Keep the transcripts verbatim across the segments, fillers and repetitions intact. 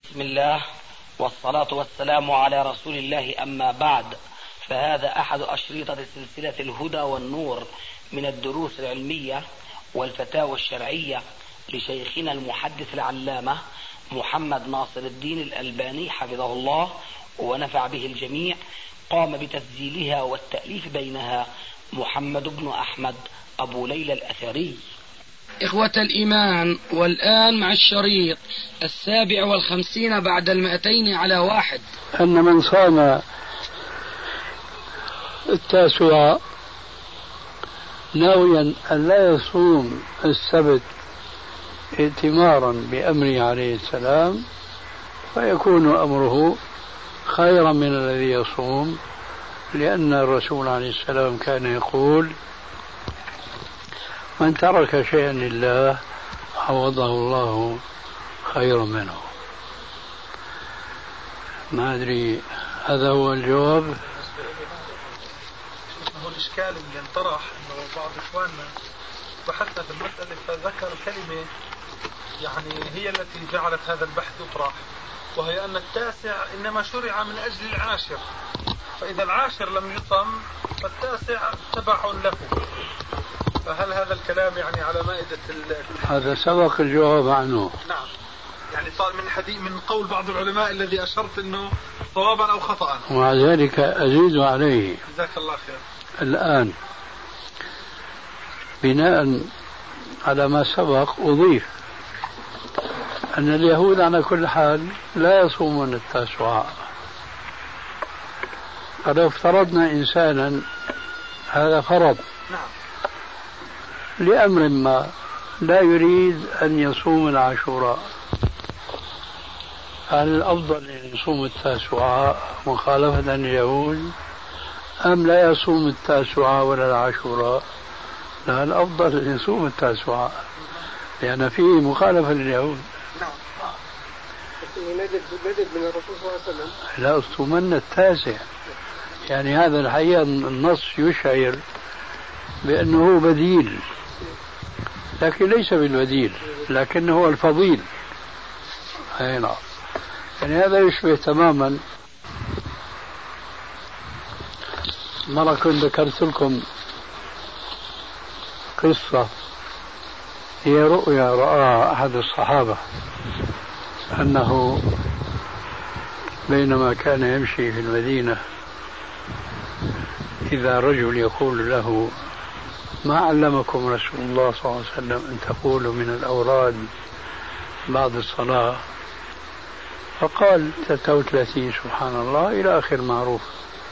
بسم الله والصلاة والسلام على رسول الله، أما بعد، فهذا أحد أشرطة سلسلة الهدى والنور من الدروس العلمية والفتاوى الشرعية لشيخنا المحدث العلامة محمد ناصر الدين الألباني حفظه الله ونفع به الجميع. قام بتسجيلها والتأليف بينها محمد بن أحمد أبو ليلى الأثري. إخوة الإيمان، والآن مع الشريط السابع والخمسين بعد المئتين على واحد. أن من صام التاسع ناويا أن لا يصوم السبت ائتمارا بأمره عليه السلام فيكون أمره خيرا من الذي يصوم، لأن الرسول عليه السلام كان يقول: من ترك شيئا لله عوضه الله خيرا منه. ما أدري، هذا هو الجواب. هو الإشكال اللي انطرح أنه بعض إخواننا بحثنا في المسألة فذكر كلمة يعني هي التي جعلت هذا البحث يطرح، وهي أن التاسع إنما شرع من أجل العاشر، فإذا العاشر لم يصم فالتاسع تبع له. فهل هذا الكلام يعني على مائدة هذا سبق الجواب عنه؟ نعم، يعني صار من حديث من قول بعض العلماء الذي أشرت أنه صوابا أو خطأ، ومع ذلك أزيد عليه. جزاك الله خير. الآن بناء على ما سبق أضيف أن اليهود على كل حال لا يصومون التاسعاء. فلو افترضنا إنسانا هذا فرض نعم لأمر ما لا يريد أن يصوم العاشوراء، هل الأفضل أن يصوم التاسعاء مخالفة لليهود أم لا يصوم التاسعاء ولا العاشوراء؟ لا، الأفضل أن يصوم التاسعاء لأن فيه مخالفة لليهود. نعم. نجد نجد من الرسول صلى الله عليه وسلم لا أصومن التاسع، يعني هذا الحقيقة النص يشعر بأنه بديل، لكن ليس بالبديل، لكنه هو الفضيل. أي نعم، يعني هذا يشبه تماما. مرة كنت ذكرت لكم قصة، هي رؤيا رآها أحد الصحابة، أنه بينما كان يمشي في المدينة إذا رجل يقول له: ما علمكم رسول الله صلى الله عليه وسلم أن تقولوا من الأوراد بعد الصلاة؟ فقال: ستة وثلاثين سبحان الله إلى آخر معروف.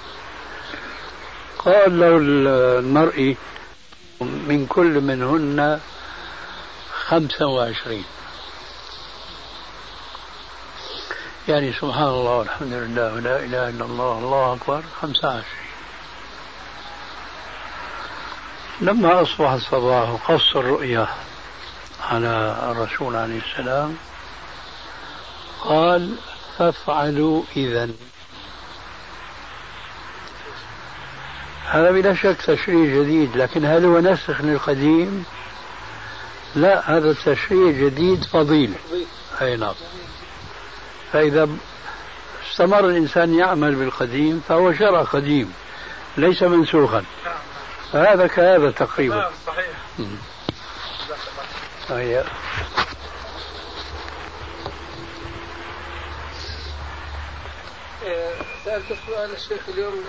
قال له المرئي: من كل منهن خمسة وعشرين، يعني سبحان الله والحمد لله ولا إله إلا الله الله أكبر خمسة وعشرين. لما أصبح الصباح وقص الرؤيا على الرسول عليه السلام قال: فافعلوا إذن. هذا بلا شك تشريع جديد، لكن هل هو نسخ للقديم؟ لا، هذا التشريع جديد فضيل. أي نعم. فإذا استمر الإنسان يعمل بالقديم فهو شرع قديم ليس منسوخا، هذا كهذا تقريبا. صحيح. هيا. سألت سؤال الشيخ اليوم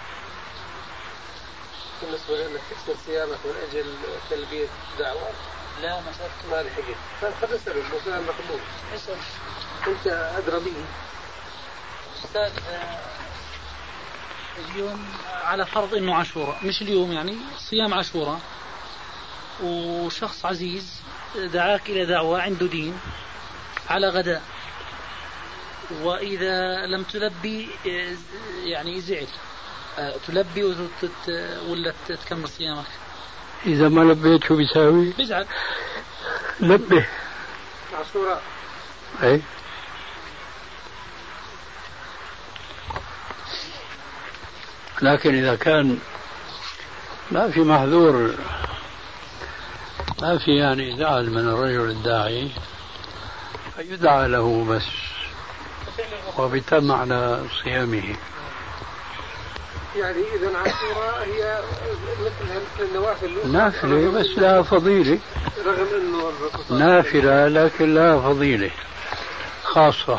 بالنسبة لأنك تكسر صيامك من أجل تلبية دعوة. لا ما سألت، ما لحقت، فقد أسأله سؤال مقبول. اسأل، أنت أدرى به. أستاذ، اليوم على فرض انه عاشوراء، مش اليوم يعني صيام عاشوراء، وشخص عزيز دعاك الى دعوة عنده دين على غداء، واذا لم تلبي يعني زعل، تلبي وتت... ولا تكمل صيامك؟ إذا ما لبيت شو بيساوي؟ بيزعل. لبه عاشوراء. أي لكن إذا كان ما في محذور، ما في يعني زعل من الرجل الداعي، فيدعى له بس وبتم على صيامه. يعني إذا عاشوراء هي مثل مثل النوافل نافلة بس لها فضيلة، رغم أنه نافلة لكن لها فضيلة خاصة.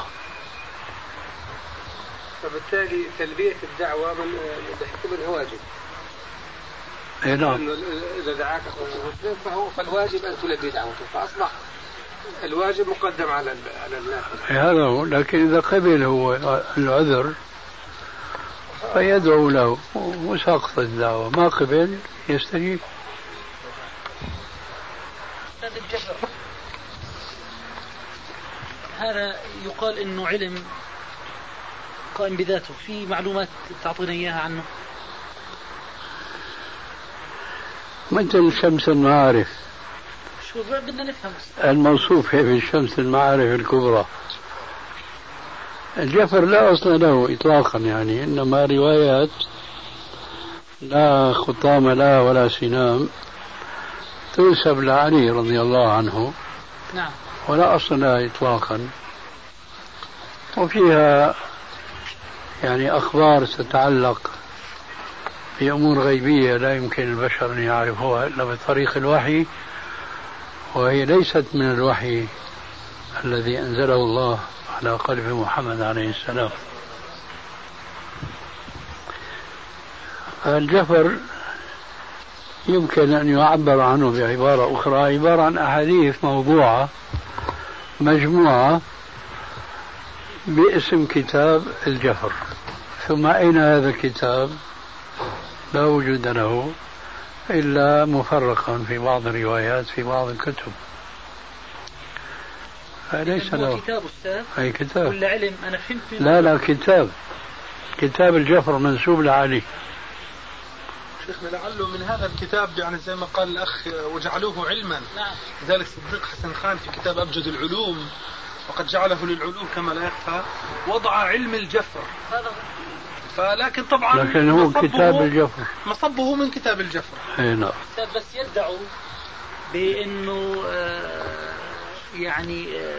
فبالتالي تلبية الدعوة من منها واجب. اي نعم. إذا دعاك مسلم فهو فالواجب أن تلبي دعوته، فأصبح الواجب مقدم على على النافل. هذا هو، لكن إذا قبل هو العذر فيدعو له وساقط الدعوة، ما قبل يستجيب. هذا يقال إنه علم قائم بذاته، في معلومات تعطينا إياها عنه؟ مثل شمس المعارف، شو بدنا نفهم الموصوف في شمس المعارف الكبرى. الجفر لا أصل له إطلاقا، يعني إنما روايات لا خطام لا ولا سنام تنسب لعلي رضي الله عنه. نعم. ولا أصل لها إطلاقا، وفيها يعني أخبار تتعلق بأمور غيبية لا يمكن البشر أن يعرفوها إلا بطريق الوحي، وهي ليست من الوحي الذي أنزله الله على قلب محمد عليه السلام. الجفر يمكن أن يعبر عنه بعبارة أخرى، عبارة عن أحاديث موضوعة مجموعة باسم كتاب الجفر. ثم أين هذا الكتاب؟ لا وجود له إلا مفرقا في بعض الروايات في بعض الكتب، فليس له كتاب أستاذ. أي كتاب ولا علم؟ أنا فهمت. لا لا كتاب، كتاب الجفر منسوب لعلي. شيخنا لعله من هذا الكتاب، يعني زي ما قال الأخ وجعلوه علما. نعم. لذلك صديق حسن خان في كتاب أبجد العلوم وقد جعله للعلوم كما لا يخفى وضع علم الجفر. هذا فلكن طبعا لكن هو كتاب الجفر، مصبه من كتاب الجفر. اي نعم. بس يدعوا بأنه آه يعني آه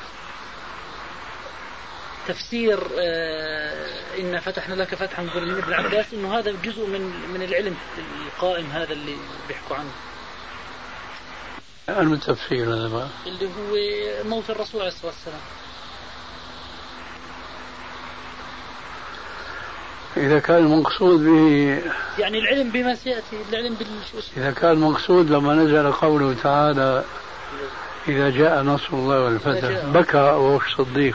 تفسير آه إن فتحنا لك فتحا مبينا ابن عباس، إنه هذا جزء من من العلم القائم هذا اللي بيحكوا عنه. التفسير هذا بقى اللي هو موت الرسول عليه الصلاة والسلام. إذا كان المقصود به يعني العلم بما سيأتي، العلم بالشو اسمه. إذا كان المقصود لما نزل قوله تعالى إذا جاء نصر الله والفتح بكى أبو بكر الصديق،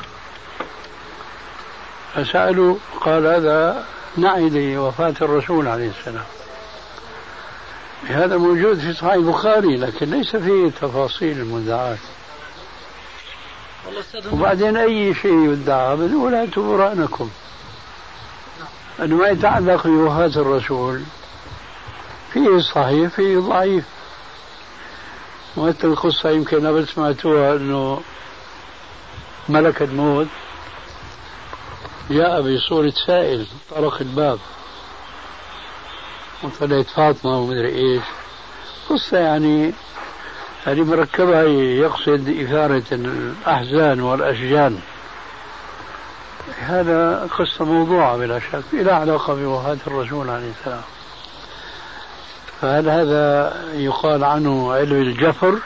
فسألوا قال هذا نعي لوفاة الرسول عليه السلام. هذا موجود في صحيح البخاري لكن ليس فيه تفاصيل المدعاة. وبعدين أي شيء يدعى بنقول هاتوا برهانكم، أنه ما يتعلق بوفاة الرسول فيه صحيح فيه ضعيف. وهذه القصة يمكن قبل سمعتوها، أنه ملك الموت جاء بصورة سائل طرق الباب وطلعت فاطمة ومدري إيش، قصة يعني هذه مركبة يقصد إثارة الأحزان والأشجان. هذا قصة موضوعة بلا شك إلى علاقة بوفاة الرسول عليه السلام. فهل هذا يقال عنه علم الجفر؟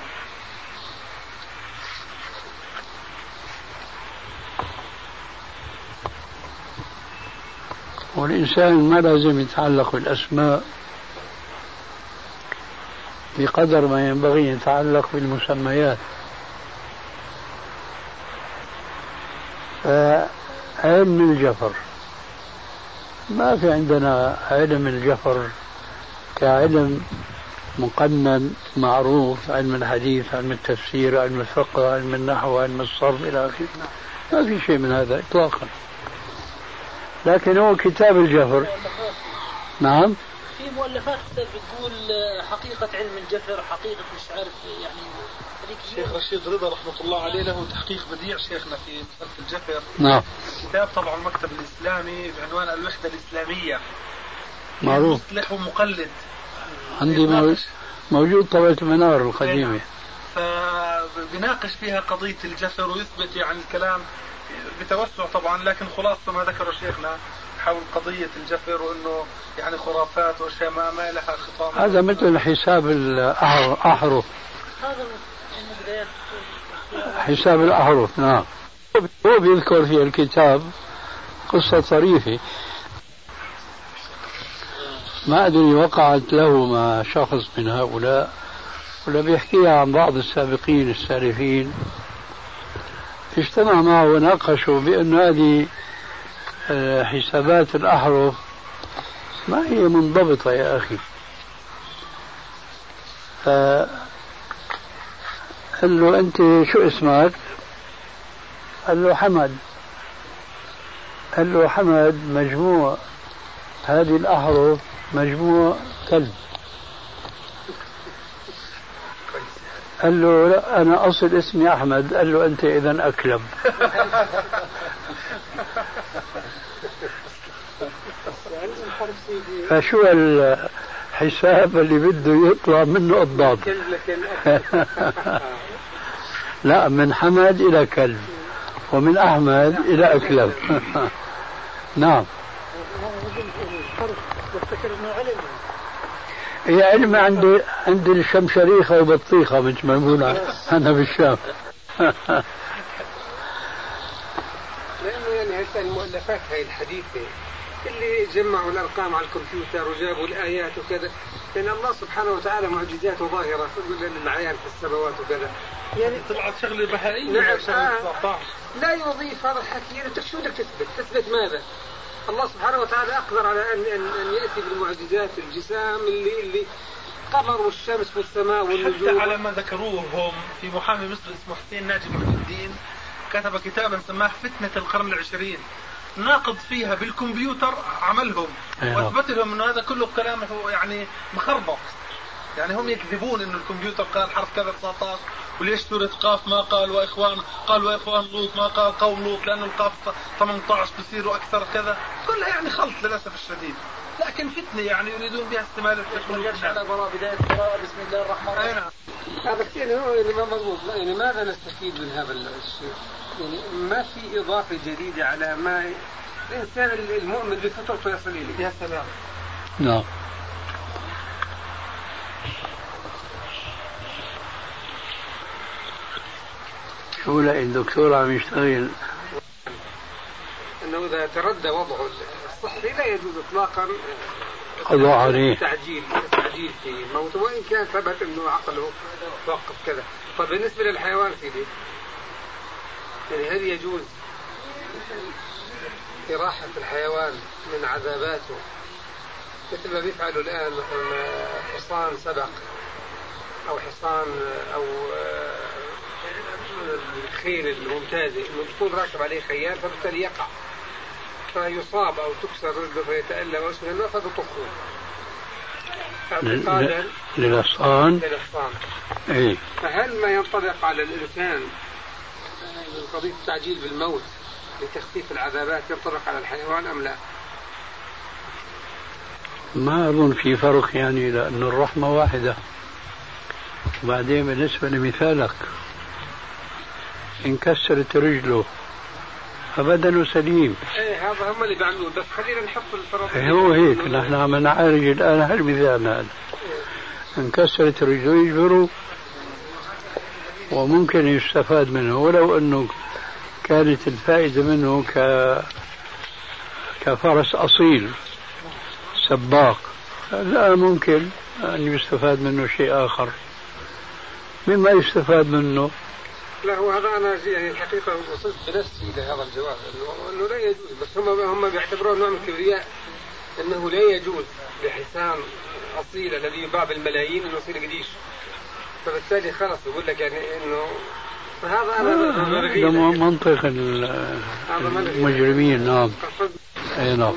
والإنسان ما لازم يتعلق بالأسماء بقدر ما ينبغي يتعلق بالمسميات. فعلم الجفر ما في عندنا علم الجفر كعلم مقنن معروف، علم الحديث، علم التفسير، علم الفقه، علم النحو، علم الصرف إلى آخره. ما في شيء من هذا إطلاقا. لكن هو كتاب الجفر. نعم. في مؤلفات بتقول حقيقة علم الجفر، حقيقة مش عارف يعني. الشيخ رشيد رضا رحمة الله عليه له تحقيق بديع شيخنا في مسألة الجفر. نعم. كتاب طبع المكتب الإسلامي بعنوان الوحدة الإسلامية. معروف. مصلح ومقلد. عندي موجود طبعة المنار القديمة. فبناقش فيها قضية الجفر ويثبت يعني الكلام بتوسع طبعا، لكن خلاصة ما ذكره شيخنا حول قضية الجفر وأنه يعني خرافات وأشياء ما, ما لها خطام. هذا مثل حساب الأحرف، حساب الأحرف. نعم، هو بيذكر في الكتاب قصة طريفة، ما أدري وقعت له مع شخص من هؤلاء ولا بيحكيها عن بعض السابقين السالفين. اجتمع معه وناقشوا بأن هذه حسابات الأحرف ما هي منضبطة يا أخي. فقال له أنت شو اسمك؟ قال له حمد. قال له حمد مجموع هذه الأحرف مجموع كلب. قال له لا أنا أصل اسمي أحمد. قال له أنت إذن أكلب. فشو الحساب اللي بده يطلع منه الضاد؟ لا، من حمد إلى كلب ومن أحمد إلى أكلب. نعم، هي علم عند عند الشمشريخة وبطيخة مثل ما نقول أنا بالشام. لأنه يعني هسه المؤلفات هاي الحديثة اللي جمعوا الأرقام على الكمبيوتر وجابوا الآيات وكذا، لأن الله سبحانه وتعالى معجزاته ظاهرة للعيان في السماوات وكذا، يعني طلعت شغلة بهائية. نعم. آه. لا يضيف هذا الحكي، يعني انت شو بدك تثبت؟ تثبت ماذا؟ الله سبحانه وتعالى أقدر على أن أن أن يأتي بالمعجزات الجسام اللي اللي قمر والشمس والسماء والنجوم. حتى على ما ذكروه هم في محامي مصري اسمه حسين ناجي محي الدين، كتب كتابا سماه فتنة القرن العشرين، ناقض فيها بالكمبيوتر عملهم واثبت لهم انه هذا كله كلام يعني مخربط. يعني هم يكذبون انه الكمبيوتر قال حرف كذا تسعة عشر، وليش سورة قاف ما قال واخوان، قال واخوان لوط ما قال قوم لوط لانه القاف ثمانية عشر بصير واكثر كذا، كلها يعني خلط للاسف الشديد، لكن فتنة يعني يريدون بها استعمال التكنولوجيا. على براء بداية براء بسم الله الرحمن الرحيم. هذا كثير هو يعني ما مضبوط. يعني ماذا نستفيد من هذا الشيء؟ يعني ما في إضافة جديدة على ما الإنسان المؤمن بفطرته يصل إليه. يا سلام. نعم. شو لا الدكتور عم يشتغل انه اذا تردى وضعه الصحي لا يجوز اطلاقا قضاء عليه التعجيل التعجيل في موته، وان كان ثبت انه عقله توقف كذا. طيب بالنسبه للحيوان سيدي، يعني هل يجوز إراحة الحيوان من عذاباته مثل ما بيفعلوا الآن مثلا حصان سبق أو حصان أو الخيل الممتازة إنه بيكون راكب عليه خيال فبالتالي يقع فيصاب أو تكسر رجله فيتألم أو شيء ما فتطخه اعتقادا للحصان. للحصان. إيه. فهل ما ينطبق على الإنسان قضية التعجيل بالموت لتخفيف العذابات ينطبق على الحيوان أم لا؟ ما أظن في فرق يعني، لأن الرحمة واحدة. وبعدين بالنسبة لمثالك انكسرت رجله فبدنه سليم. ايه هذا هم اللي بيعملوه، بس خلينا نحط الفرض. إيه هو هيك نحن عم نعالج الآن هالمثال هذا. انكسرت رجله يجبروا وممكن يستفاد منه، ولو أنه كانت الفائدة منه ك... كفرس أصيل سباق، لا ممكن أن يستفاد منه شيء آخر مما يستفاد منه. لا هو هذا أنا يعني الحقيقة وصلت بنفسي إلى هذا الجواب أنه لا يجوز، بس هم هم بيعتبروه نوع من الكبرياء أنه لا يجوز لحسان أصيل الذي يباع بالملايين أنه يصير قديش، فبالتالي خلص يقول لك يعني أنه فهذا أنا هذا منطق المجرمين. نعم. أي نعم.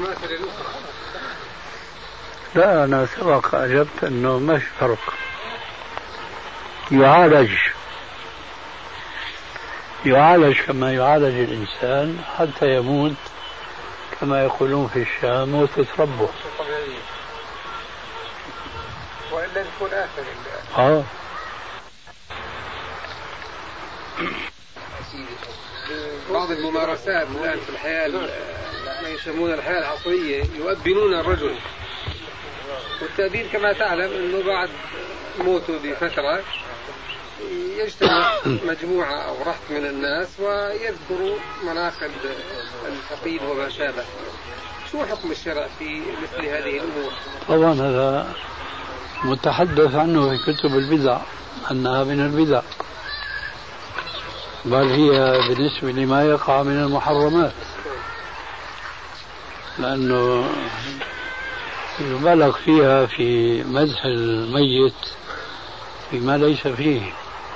لا أنا سبق أجبت أنه ما في فرق، يعالج يعالج كما يعالج الإنسان حتى يموت كما يقولون في الشام موتة ربه. وإلا يكون آخر آه. بعض الممارسات الآن في الحياة ما يسمونها الحياة العصرية يؤبنون الرجل، والتأبين كما تعلم أنه بعد موته بفترة يجتمع مجموعة أو رهط من الناس ويذكروا مناقب الفقيد وما شابه. شو حكم الشرع في مثل هذه الأمور؟ طبعا هذا متحدث عنه في كتب البدع أنها من البدع، بل هي بالنسبة لما يقع من المحرمات، لأنه يبالغ فيها في مدح الميت بما ليس فيه.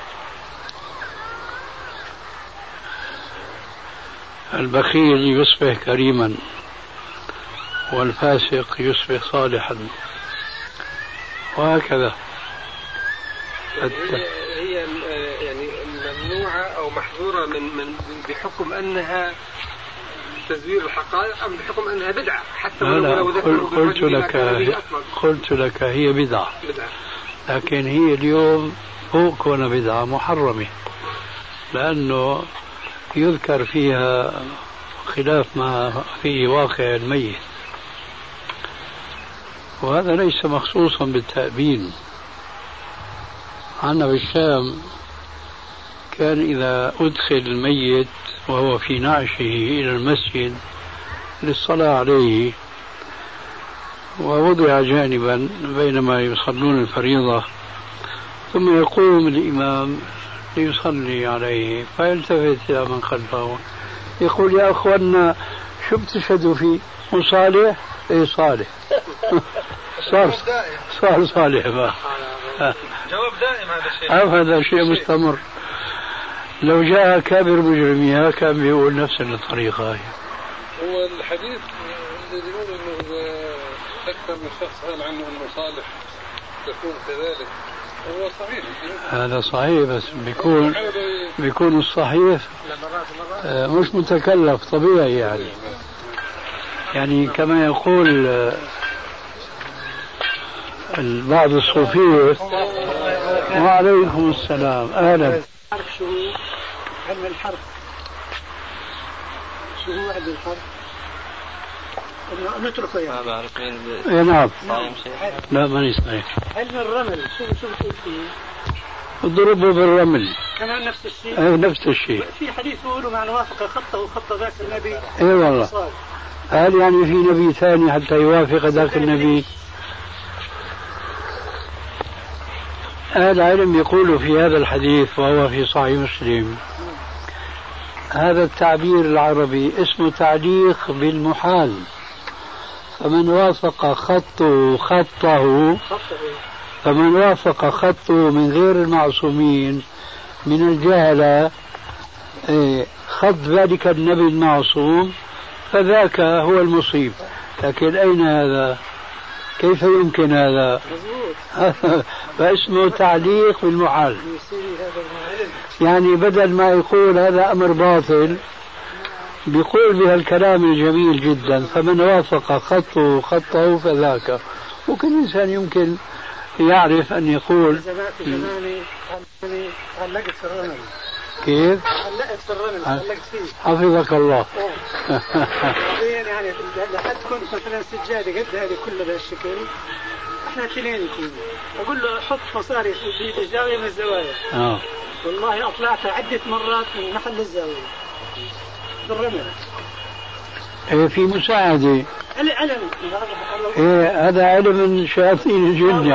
البخيل يصبح كريما والفاسق يصبح صالحا وهكذا. هي, هي يعني ممنوعة أو محظورة من من بحكم أنها تزوير الحقائق أم بحكم أنها بدعة؟ حتى ولو ذكروا قلت لك قلت لك هي بدعة، لكن هي اليوم فوق كون بدعة محرمة، لأنه يذكر فيها خلاف ما في واقع الميت، وهذا ليس مخصوصا بالتأبين. عندنا بالشام كان إذا أدخل الميت وهو في نعشه إلى المسجد للصلاة عليه ووضع جانبا بينما يصلون الفريضة، ثم يقوم الإمام ليصلي عليه فيلتفت إلى من خلفه يقول: يا أخوانا شو بتشهدوا فيه؟ صالح؟ إيه صالح. صار صار صالح بقى. جواب دائم هذا الشيء. هذا شيء مستمر. لو جاء كابر مجرميها كان بيقول نفس الطريقة هي. هو الحديث الذي يقول انه اذا اكثر من شخص قال عنه انه صالح تكون كذلك، هو صحيح. هذا صحيح، بس بيكون بيكون الصحيح مش متكلف، طبيعي يعني. يعني كما يقول بعض الصوفية. وعليكم السلام، أهلا. شو هو علم الحرف؟ شو هو علم الحرف؟ نتركه يعني. ما بعرف مين. إيه نعم. لا ماني صحيح. علم الرمل شو شو بتقول فيه؟ الضرب بالرمل. كمان نفس الشيء. ايه نفس الشيء. في حديث يقولوا معنى وافق خطه خط ذاك النبي. ايه والله. هل يعني في نبي ثاني حتى يوافق ذاك النبي؟ أهل العلم يقول في هذا الحديث وهو في صحيح مسلم: هذا التعبير العربي اسمه تعليق بالمحال، فمن وافق خطه خطه فمن وافق خطه من غير المعصومين من الجهلة خط ذلك النبي المعصوم فذاك هو المصيب. لكن أين هذا؟ كيف يمكن هذا؟ فاسمه تعليق بالمحال. يعني بدل ما يقول هذا أمر باطل بيقول بهالكلام الجميل جدا: فمن وافق خطه خطه فذاك. وكل إنسان يمكن يعرف أن يقول علقت في الرمل. كيف؟ علقت في الرمل، علقت فيه. حفظك الله. يعني لحد كنت مثلا سجادة قد هذه كلها بهالشكل، احنا اثنين يكون اقول له حط مصاري في زاوية من الزوايا. اه والله اطلعت عدة مرات من محل الزاوية بالرمل. ايه في مساعدة. علم. ايه هذا علم من شياطين الجن.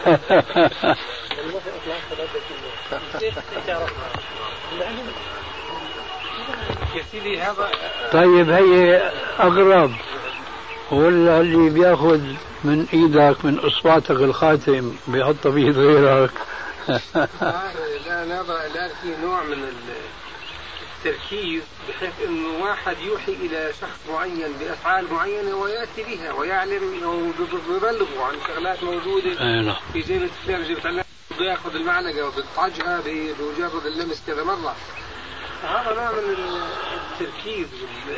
يا سيدي هذا. طيب هي أغرب، ولا اللي بياخذ من ايدك من اصبعتك الخاتم بيحطه بيد غيرك؟ لا لا لا في نوع من التركيز بحيث انه واحد يوحي الى شخص معين بافعال معينه وياتي بها ويعلم ويبلغه عن شغلات موجوده في زينة الثلج بتعلم بياخذ المعلقه وبيطعجها بمجرد اللمس كذا مره. هذا نوع من التركيز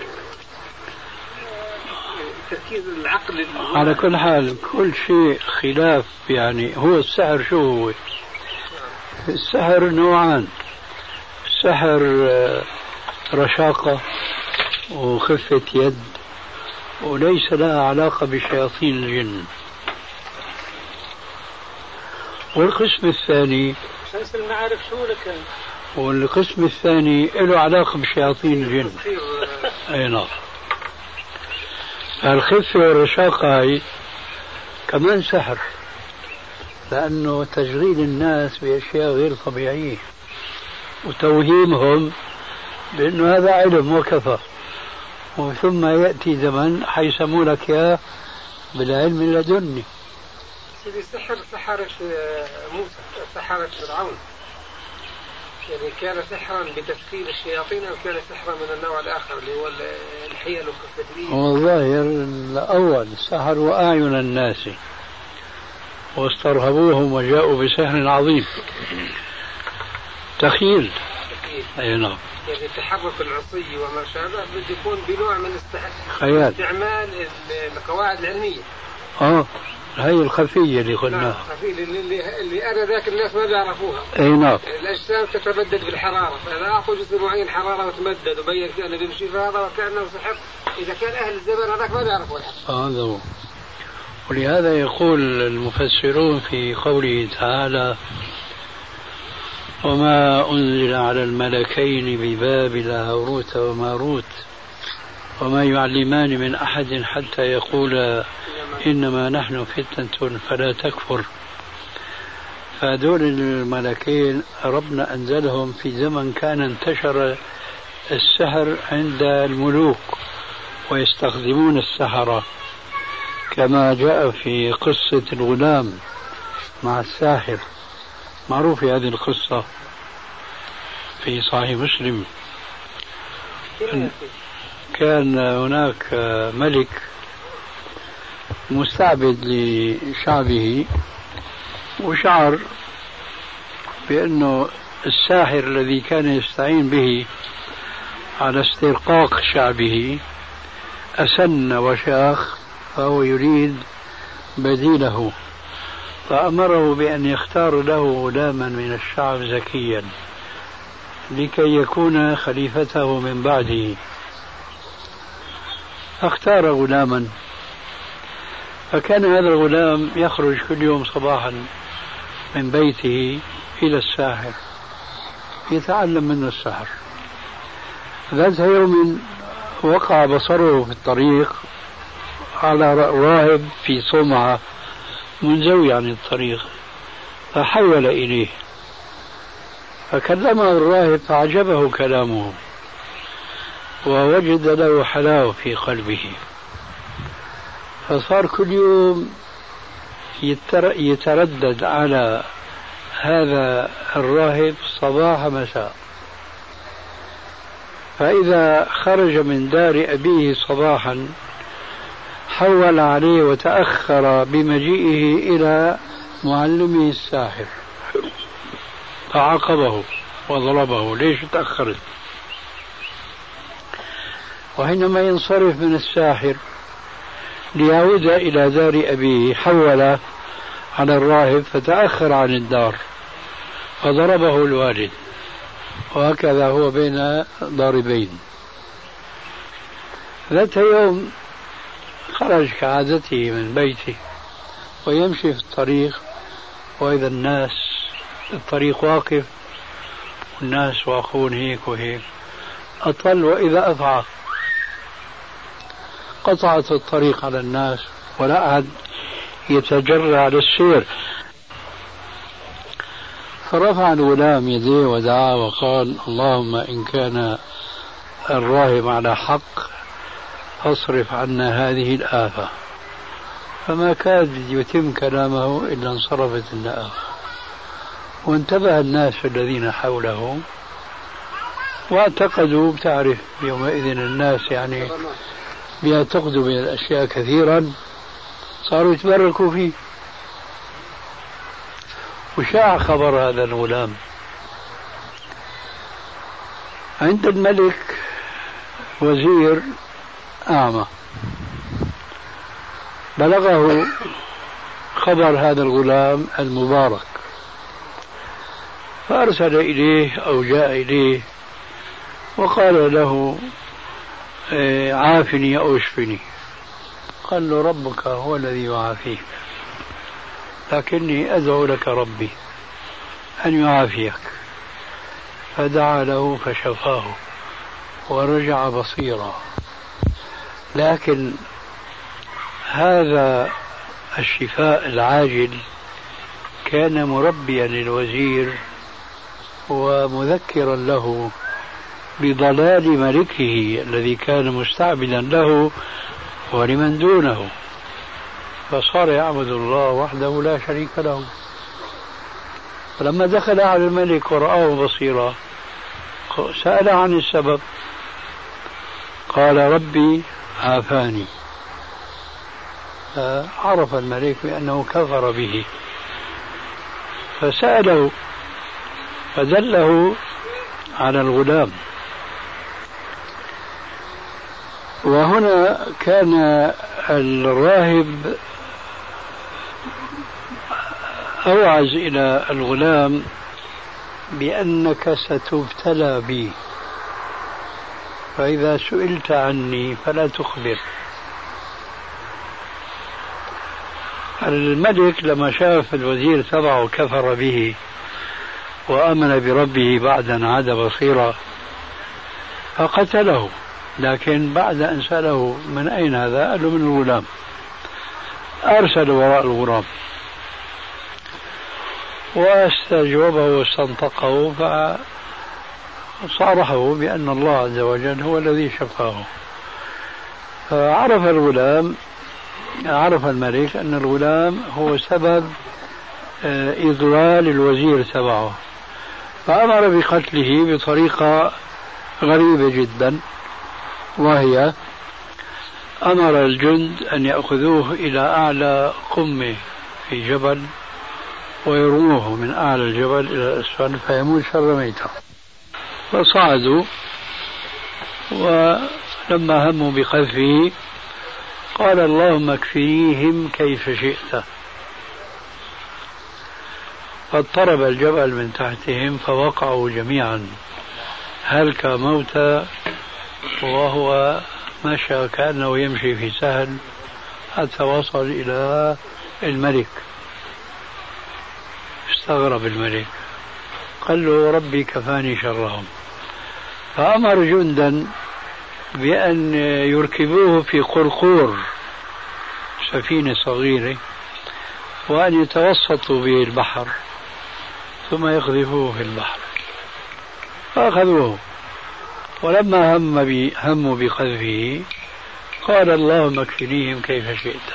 تركيز العقل. على كل حال كل شيء خلاف. يعني هو السحر شو هو؟ السحر نوعان: السحر رشاقة وخفة يد وليس لها علاقة بشياطين الجن. والقسم الثاني والقسم الثاني له علاقة بشياطين الجن. أي نعم. الخفة والرشاقة هي كمان سحر، لأنه تشغيل الناس بأشياء غير طبيعية وتوهيمهم بأنه هذا علم وكفى، وثم يأتي زمن حيسموا لك يا بالعلم اللدني. سيدي سحر سحرة موسى، سحرة فرعون، يعني كان سحرا بتسخير الشياطين أو كان سحرا من النوع الآخر اللي هو الحيل والتدبير؟ هو الظاهر الأول سحروا أعين الناس واسترهبوهم وجاءوا بسحر عظيم. تخيل. أي نعم. يعني تحرك العصي وما شابه بده يكون بنوع من خيال، استعمال القواعد العلمية. اه هي الخفية اللي قلناها. الخفية اللي, اللي أنا ذاك الناس ما بيعرفوها. أي نعم. الأجسام تتمدد بالحرارة، فأنا أعطوا جسم معين حرارة وتمدد وبين كأنه بيمشي في هذا وكأنه سحر. إذا كان أهل الزمن هذاك ما بيعرفوا هذا هو. ولهذا يقول المفسرون في قوله تعالى: وما أنزل على الملكين ببابل هاروت وماروت وما يعلمان من أحد حتى يقولا إنما نحن فتنة فلا تكفر. فهذول الملكين ربنا أنزلهم في زمن كان انتشر السحر عند الملوك ويستخدمون السحرة، كما جاء في قصة الغلام مع الساحر، معروف هذه القصة في صحيح مسلم. كان هناك ملك مستعبد لشعبه، وشعر بأنه الساحر الذي كان يستعين به على استرقاق شعبه أسن وشاخ، فهو يريد بديله، فأمره بأن يختار له غلاما من الشعب زكيا لكي يكون خليفته من بعده. فاختار غلاما، فكان هذا الغلام يخرج كل يوم صباحا من بيته إلى الساحر يتعلم منه السحر. ذات يوم وقع بصره في الطريق على راهب في صومعة منزوي عن الطريق، فحول إليه فكلمه الراهب فعجبه كلامه ووجد له حلاوة في قلبه، فصار كل يوم يتردد على هذا الراهب صباح مساء. فإذا خرج من دار أبيه صباحا حول عليه وتأخر بمجيئه إلى معلمه الساحر، فعاقبه وضربه: ليش تأخرت؟ وحينما ينصرف من الساحر ليعود إلى دار أبيه حول على الراهب فتأخر عن الدار فضربه الوالد، وهكذا هو بين ضاربين. ذات يوم خرج كعادته من بيته ويمشي في الطريق، وإذا الناس الطريق واقف والناس واقفون هيك وهيك، أطل وإذا أفعى قطعت الطريق على الناس ولا أحد يتجرع على السير. فرفع الغلام يديه ودعا وقال: اللهم إن كان الراهب على حق فاصرف عنا هذه الآفة. فما كاد يتم كلامه إلا انصرفت الآفة، وانتبه الناس الذين حوله واعتقدوا، بتعرف يومئذ الناس يعني بيعتقدوا من الأشياء كثيرا، صاروا يتبركوا فيه. وشاع خبر هذا الغلام عند الملك وزير أعمى، بلغه خبر هذا الغلام المبارك، فأرسل إليه أو جاء إليه وقال له عافني أو اشفني. قال له ربك هو الذي يعافيك، لكني أدعو لك ربي أن يعافيك. فدعا له فشفاه ورجع بصيرا. لكن هذا الشفاء العاجل كان مربيا للوزير ومذكرا له بضلال ملكه الذي كان مستعبدا له ولمن دونه، فصار يعبد الله وحده لا شريك له. فلما دخل على الملك ورآه بصيرا سأل عن السبب، قال ربي عافاني. فعرف الملك بأنه كفر به فسأله فدله على الغلام. وهنا كان الراهب أوعز إلى الغلام بأنك ستبتلى بي، فإذا سئلت عني فلا تخبر. الملك لما شاف الوزير تبعه كفر به وآمن بربه بعد أن عاد بصيرا فقتله، لكن بعد أن سأله من أين هذا قال له من الغلام، أرسل وراء الغراب واستجوبه واستنطقه فصارحه بأن الله عز وجل هو الذي شفاه. فعرف الغلام عرف الملك أن الغلام هو سبب إضلال الوزير تبعه، فأمر بقتله بطريقة غريبة جدا، وهي أمر الجند أن يأخذوه إلى أعلى قمة في جبل ويرموه من أعلى الجبل إلى الأسفل فيموت شر ميتة. فصعدوا، ولما هموا بقذفه قال اللهم اكفنيهم كيف شئت، فاضطرب الجبل من تحتهم فوقعوا جميعا هلك موتى، وهو مشى كأنه يمشي في سهل حتى وصل إلى الملك. استغرب الملك، قال له ربي كفاني شرهم، فأمر جندا بأن يركبوه في قرقور سفينة صغيرة وأن يتوسطوا به البحر ثم يقذفوه في البحر. فأخذوه، ولما هم بي هموا بقذفه قال اللهم اكفنيهم كيف شئت،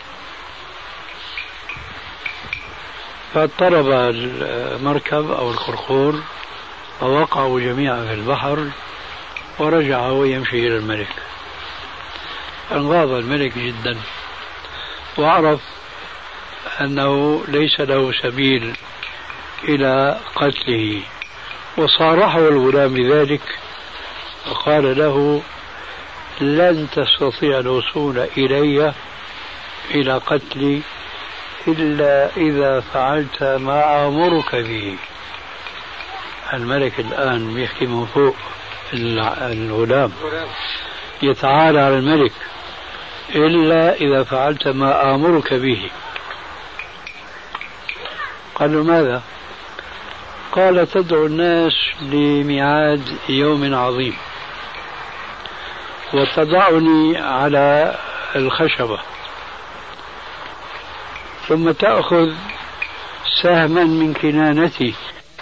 فاضطرب المركب أو القرقور ووقعوا جميعا في البحر، ورجع هو يمشي إلى الملك. انغاض الملك جدا وعرف أنه ليس له سبيل إلى قتله، وصارحه الغلام بذلك وقال له لن تستطيع الوصول إلي إلى قتلي إلا إذا فعلت ما آمرك به. الملك الآن بيحكي من فوق، الغلام يتعالى على الملك، إلا إذا فعلت ما آمرك به. قال له ماذا؟ قال تدعو الناس لميعاد يوم عظيم وتضعني على الخشبة، ثم تأخذ سهما من كنانتي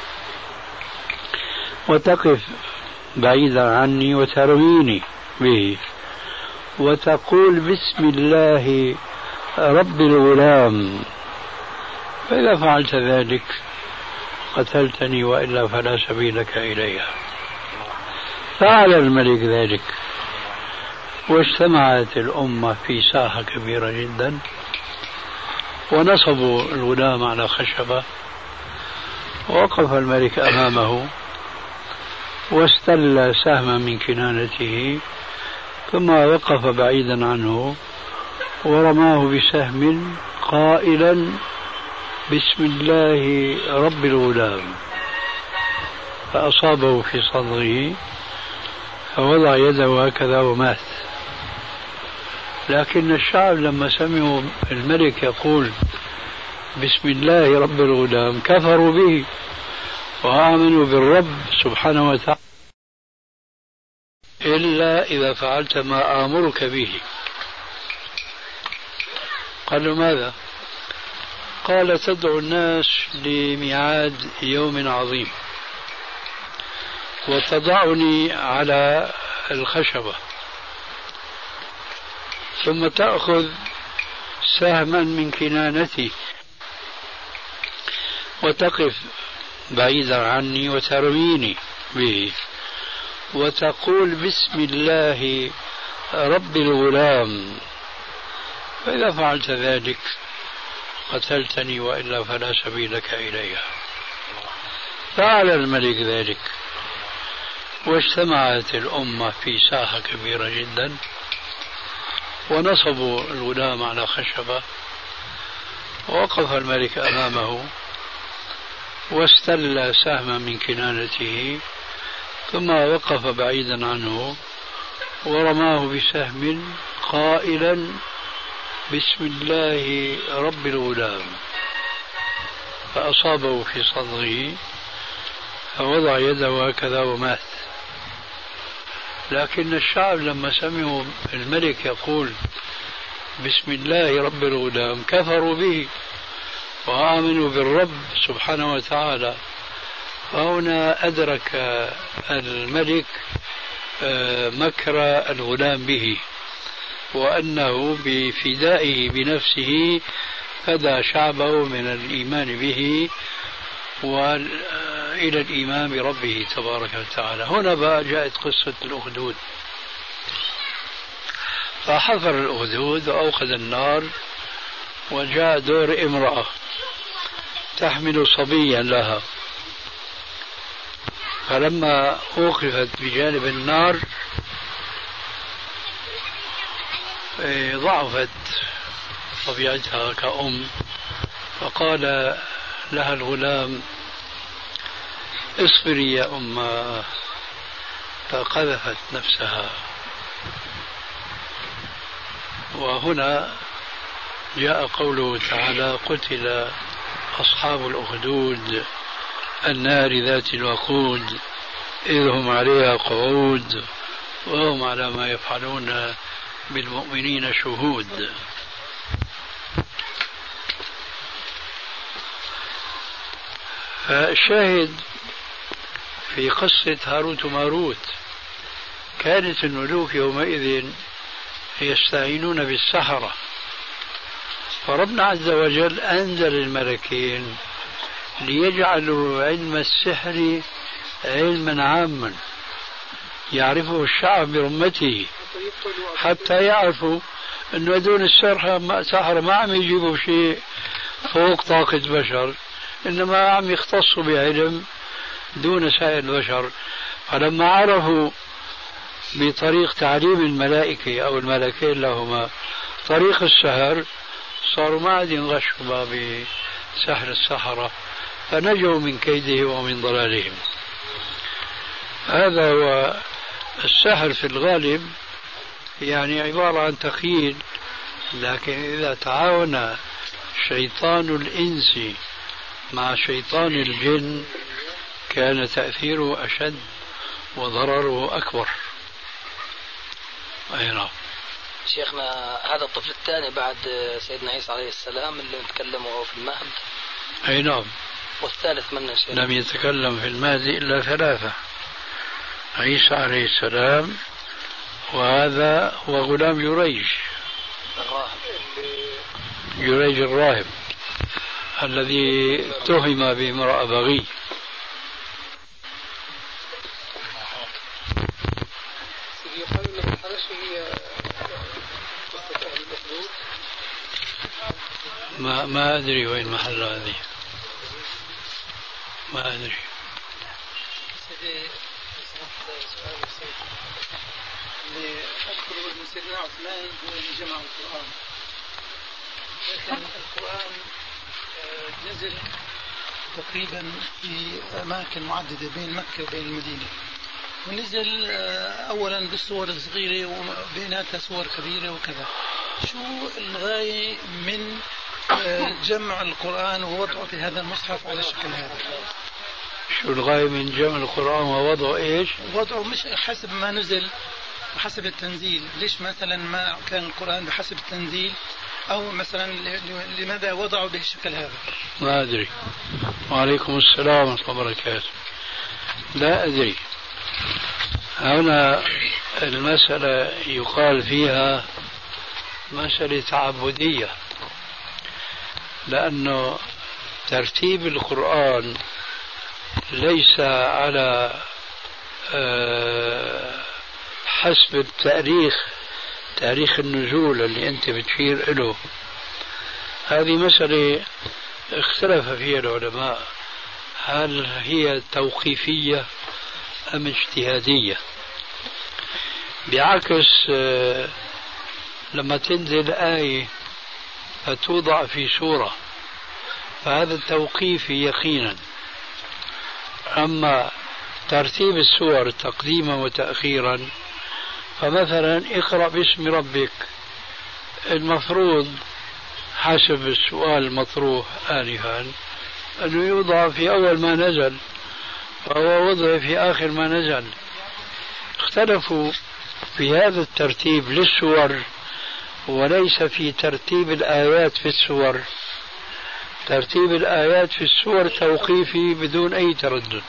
وتقف بعيدا عني وترميني به وتقول بسم الله رب الغلام، فإذا فعلت ذلك قتلتني وإلا فلا سبيل لك إليها. فعل الملك ذلك، واجتمعت الأمة في ساحة كبيرة جدا، ونصبوا الغلام على خشبة، ووقف الملك أمامه واستل سهما من كنانته، ثم وقف بعيدا عنه ورماه بسهم قائلا بسم الله رب الغلام، فأصابه في صدره فوضع يده هكذا ومات. لكن الشعب لما سمعوا الملك يقول بسم الله رب الغلام كفروا به وآمنوا بالرب سبحانه وتعالى إلا إذا فعلت ما آمرك به. قالوا ماذا؟ قال تدعو الناس لميعاد يوم عظيم وتضعني على الخشبة ثم تأخذ سهما من كنانتي وتقف بعيدا عني وترميني به وتقول بسم الله رب الغلام، فإذا فعلت ذلك قتلتني وإلا فلا سبيل لك إليها. فعل الملك ذلك واجتمعت الأمة في ساحة كبيرة جدا ونصبوا الغلام على خشبة ووقف الملك أمامه واستل سهما من كنانته ثم وقف بعيدا عنه ورماه بسهم قائلا بسم الله رب الغلام، فأصابه في صدره فوضع يده هكذا ومات. لكن الشعب لما سمعوا الملك يقول بسم الله رب الغلام كفروا به وآمنوا بالرب سبحانه وتعالى. فهنا أدرك الملك مكر الغلام به وأنه بفدائه بنفسه فدى شعبه من الإيمان به وإلى الإيمان بربه تبارك وتعالى. هنا بقى جاءت قصة الأخدود. فحفر الأخدود وأوقد النار وجاء دور امرأة تحمل صبيا لها، فلما أوقفت بجانب النار ضعفت طبيعتها كأم، فقال لها الغلام اصبري يا أمه، فقذفت نفسها. وهنا جاء قوله تعالى قتل أصحاب الأخدود النار ذات الوقود إذ هم عليها قعود وهم على ما يفعلون بالمؤمنين شهود. فالشاهد في قصة هاروت وماروت كانت الملوك يومئذ يستعينون بالسحرة، فربنا عز وجل أنزل الملكين ليجعلوا علم السحر علما عاما يعرفه الشعب برمته، حتى يعرفوا أنه دون السحر ما عم يجيبوا شيء فوق طاقة بشر، إنما عم يختصوا بعلم دون سائر البشر. فلما عرفوا بطريق تعليم الملائكة أو الملكين لهما طريق السحر صاروا ما عاد ينغشوا بسحر السحرة، فنجوا من كيده ومن ضلالهم. هذا هو السحر في الغالب، يعني عبارة عن تخيل، لكن إذا تعاون شيطان الإنس مع شيطان الجن كان تأثيره أشد وضرره أكبر. أي نعم. شيخنا هذا الطفل الثاني بعد سيدنا عيسى عليه السلام اللي نتكلمه في المهد. أي نعم. والثالث من شيخنا؟ لم يتكلم في المهد إلا ثلاثة: عيسى عليه السلام، وهذا هو غلام يريج الراهب يريج الراهب الذي اتهم بامرأة بغي. ما ما أدري وين محل هذه، ما أدري. اللي أذكر من سيدنا عثمان اللي جمع القرآن، القرآن نزل تقريبا في أماكن معددة بين مكة وبين المدينة، ونزل أولا بالصور الصغيرة وبيناتها صور كبيرة وكذا. شو الغاية من جمع القرآن ووضعه في هذا المصحف على الشكل هذا؟ شو الغاية من جمع القرآن ووضعه إيش؟ وضعه مش حسب ما نزل وحسب التنزيل. ليش مثلا ما كان القرآن بحسب التنزيل، أو مثلا لماذا وضعوا بهالشكل هذا؟ ما أدري. وعليكم السلام ورحمة الله وبركاته. لا أدري. هنا المسألة يقال فيها مسألة تعبدية، لأنه ترتيب القرآن ليس على حسب التاريخ، تاريخ النزول اللي أنت بتشير إله. هذه مسألة اختلف فيها العلماء، هل هي توقيفية أم اجتهادية؟ بعكس لما تنزل آية فتوضع في سورة فهذا التوقيف يقينا. أما ترتيب السور تقديما وتأخيرا، فمثلا اقرأ باسم ربك، المفروض حسب السؤال المطروح آنفا أنه يوضع في أول ما نزل، فهو وضع في آخر ما نزل. اختلفوا في هذا الترتيب للسور وليس في ترتيب الآيات في السور. ترتيب الآيات في السور توقيفي بدون أي تردد.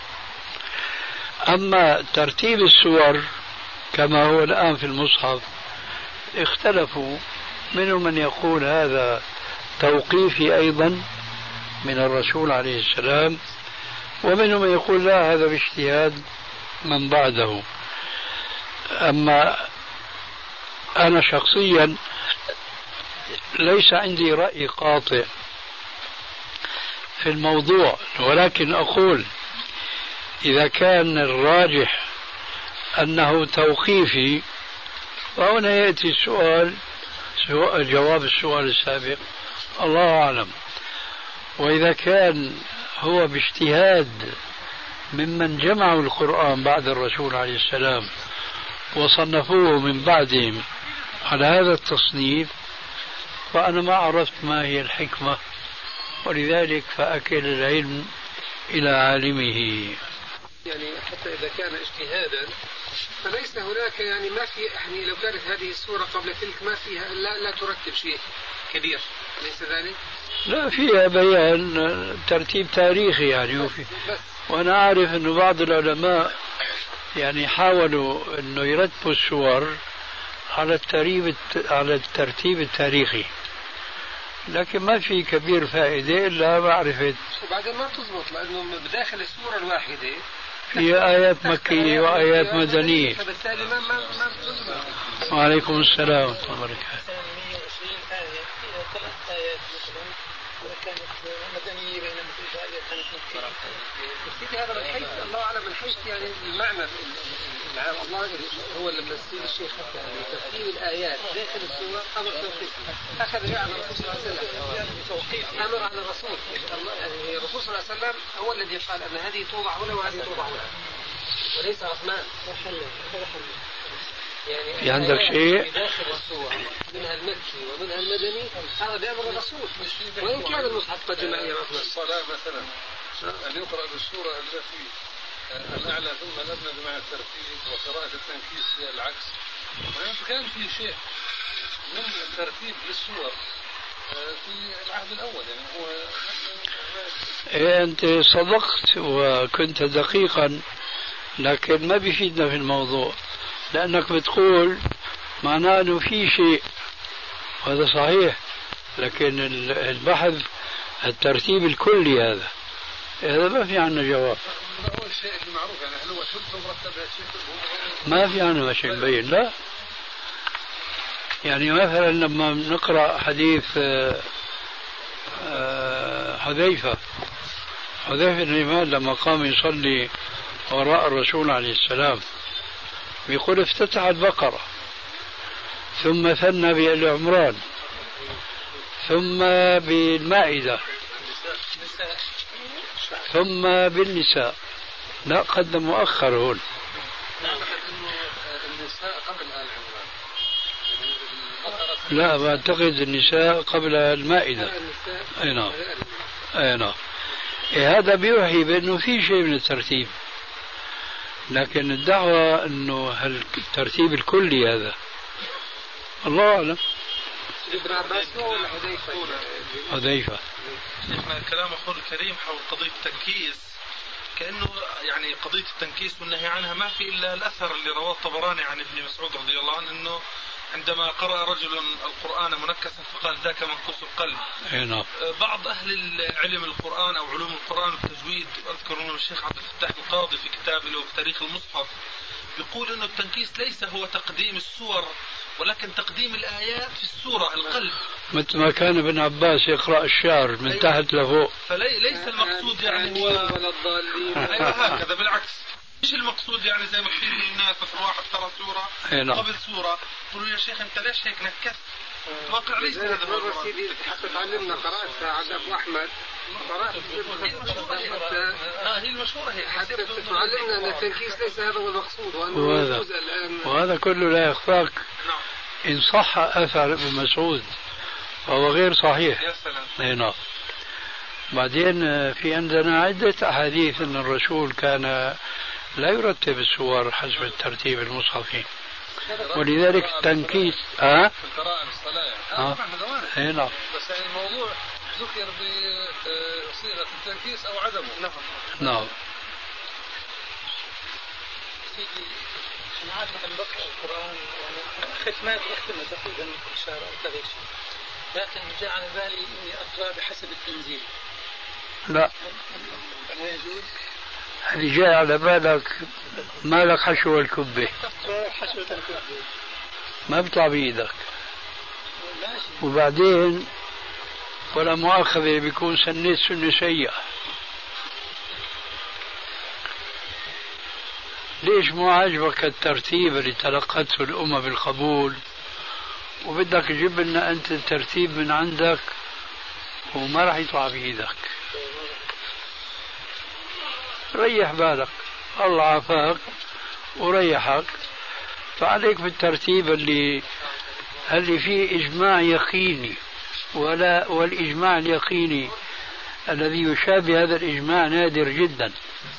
أما ترتيب السور كما هو الآن في المصحف اختلفوا، منهم من يقول هذا توقيفي أيضا من الرسول عليه السلام، ومنهم من يقول لا، هذا باجتهاد من بعده. أما أنا شخصيا ليس عندي رأي قاطع في الموضوع، ولكن أقول إذا كان الراجح أنه توقيفي فهنا يأتي السؤال، جواب السؤال السابق الله أعلم. وإذا كان هو باجتهاد ممن جمعوا القرآن بعد الرسول عليه السلام وصنفوه من بعدهم على هذا التصنيف، فأنا ما عرفت ما هي الحكمة، ولذلك فأكل العلم إلى عالمه. يعني حتى إذا كان اجتهادا فليس هناك، يعني ما في، يعني لو كانت هذه السورة قبل تلك ما فيها، لا, لا ترتب شيء كبير، أليس ذلك؟ لا، فيها بيان ترتيب تاريخي يعني. وفي وأنا أعرف أنه بعض العلماء يعني حاولوا أنه يرتبوا السور على الترتيب على الترتيب التاريخي، لكن ما في كبير فائدة إلا معرفة. وبعدين ما تزبط، لأنه بداخل السورة الواحدة هي آيات مكية وآيات مدنية، فبالتالي ما ما ما تزبط. وعليكم السلام ورحمة الله وبركاته. ثلاث آيات مثلا كانت مدنية بينما في آية كانت مكية. بس هذا من حيث الله أعلم، من حيث يعني المعنى العام، الله هو لما يصير الشيخ حتى يعني ترتيب الآيات داخل السورة أمر توقيف، أخذ جاء على الرسول صلى الله عليه وسلم توقيف، أمر على الرسول. يعني الرسول صلى الله عليه وسلم هو الذي قال أن هذه توضع هنا وهذه توضع هنا، وليس عثمان. يعني في عندك شيء داخل السورة منها المكي ومنها المدني، هذا بأمر الرسول، وإن كان المصحف قد جمع أيام عثمان. الصلاة مثلا أن يقرأ بالسورة التي الأعلى ثم الأدنى بمعنى الترتيب، وقراءة التنكيس العكس. وكان في شيء من الترتيب للسور في العهد الأول، يعني هو إيه، أنت صدقت وكنت دقيقا، لكن ما بيفيدنا في الموضوع، لأنك بتقول معناه أنه في شيء، وهذا صحيح، لكن البحث الترتيب الكلي هذا هذا ما في عنا جواب. هو الشيء المعروف، يعني هل هو ثلث مرتب ما في عنا شيء مبين. لا، يعني مثلا لما نقرأ حديث حذيفة حذيفة بن اليمان لما قام يصلي وراء الرسول عليه السلام، بيقول افتتح البقرة ثم ثنى بآل عمران ثم بالمائدة ثم بالنساء. لا، قدم مؤخر هون. نعم لا بعتقد النساء قبل المائدة. أي نعم أي نعم. إيه هذا بيوحي بأنه في شيء من الترتيب، لكن الدعوة أنه هل الترتيب الكلي هذا الله أعلم. ابن عباس ولا حذيفة؟ حذيفة. شيخنا كلام أخونا الكريم حول قضية التنكيس كأنه يعني قضية التنكيس والنهي عنها ما في إلا الأثر اللي رواه الطبراني عن ابن مسعود رضي الله عنه أنه عندما قرأ رجل القرآن منكسا فقال ذاك منكوس القلب. نعم. بعض أهل علم القرآن أو علوم القرآن والتجويد، أذكر أن الشيخ عبد الفتاح القاضي في كتاب له في تاريخ المصحف يقول أنه التنكيس ليس هو تقديم السور ولكن تقديم الآيات في السورة القلب، مثل ما كان ابن عباس يقرأ الشعر من أيوة. تحت لفوق. فليس المقصود يعني هو ولا الضالين أيوة هكذا، بالعكس مش المقصود يعني زي ما كثير من الناس واحد ترى سورة أيوة. قبل سورة قلوا يا شيخ أنت ليش هيك نكست؟ واقع ليس هذا هو سيدي حتى تعلمنا قرأت عند أبو أحمد قرأت اه هي المشهورة هي حتى تعلمنا أن التنكيس ليس هذا هو المقصود وأنه وهذا, وهذا كله لا يخفاك. نعم. إن صح أثر ابن مسعود فهو غير صحيح. يا سلام. أي نعم. بعدين في عندنا عدة أحاديث أن الرسول كان لا يرتب السور حسب الترتيب المصحفي، ولذلك التنكيس اه في القراءة الصلاة اه اي نعم. بس يعني الموضوع ذكر بصيغة التنكيس أو عدمه. نعم نعم. سيدي أنا عادة بقرأ القرآن يعني ختمات أختمها تقريبا كل شهر أو ثلاث شهور، لكن جاء على بالي إني أقرأ بحسب التنزيل. لا لا يجوز. اللي جاء على بالك ما لك حشو الكبة حشوة الكبة ما بيطلع بإيدك. وبعدين ولا مؤاخذة بيكون سنيت سنة سيئة. ليش مو عاجبك الترتيب اللي تلقته الأمة بالقبول وبدك تجيب لنا أنت الترتيب من عندك وما راح يطلع بإيدك؟ ريح بالك، الله عافاك وريحك. فعليك بالترتيب اللي اللي فيه إجماع يقيني، ولا والإجماع اليقيني الذي يشابه هذا الإجماع نادر جدا.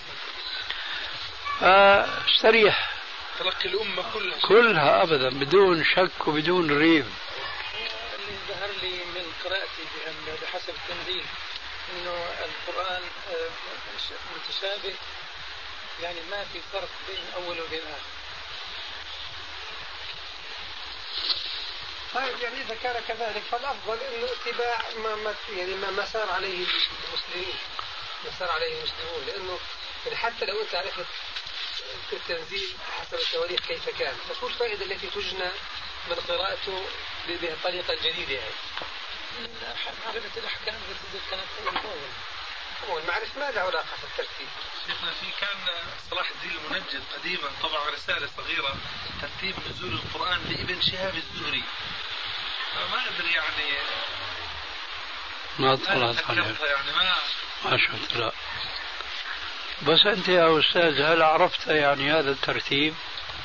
فاستريح تلقي الأمة كلها كلها أبدا بدون شك وبدون ريب. اللي ظهر لي من قراءتي بحسب التنزيل إنه القرآن متشابه، يعني ما في فرق بين أول وبين آخر. طيب يعني إذا كان كذلك فالأفضل إنه اتباع ما ما يعني ما, ما سار عليه المسلمين ما سار عليه المسلمون، لأنه يعني حتى لو أنت عرفت التنزيل حسب التواريخ كيف كان فشو الفائدة التي تجنى من قراءته بهذه الطريقة الجديدة؟ يعني معرفة الأحكام التي كانت أول بأول. هو المعرفة ما له علاقة في الترتيب. شيخنا في كان صلاح الدين المنجد قديما طبع رسالة صغيرة ترتيب نزول القرآن لابن شهاب الزهري، ما أدري يعني ما طلعت عليه يعني ما ما شفت. لا بس أنت يا أستاذ هل عرفت يعني هذا الترتيب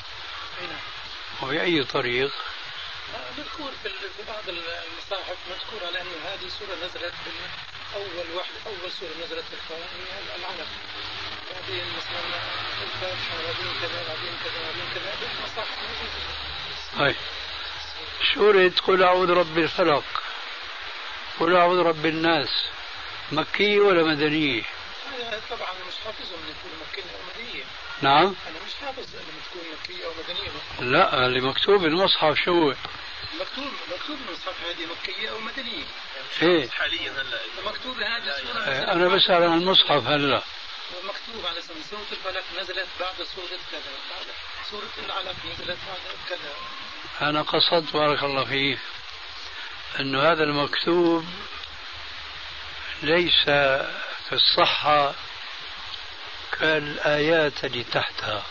وبأي طريق؟ مذكور في بعض المصاحف مذكور على أن هذه سورة نزلت أول واحد أول سورة نزلت في القرآن هي العلق، بعدين مثلا الفاتحة بعدين كذا بعدين كذا بعدين كذا المصاحف موجودة. هاي سورة قل أعوذ برب الفلق قل أعوذ برب الناس مكية ولا مدنية؟ طبعا مش حافظهم ان تكون مكية أو مدنية. نعم أنا مش حافظ لما تكون مكية أو مدنية. لا اللي مكتوب المصحف شو؟ مكتوب مكتوب المصحف هذه مكية أو مدنية. إيه حاليا هلا مكتوب هذه السورة. إيه أنا بسأل عن المصحف هلا. مكتوب على اسم سورة الفلق نزلت بعد سورة كذا، بعد سورة العلق نزلت بعد كذا. أنا قصدت بارك الله فيك أنه هذا المكتوب ليس في الصحة كالآيات اللي تحتها.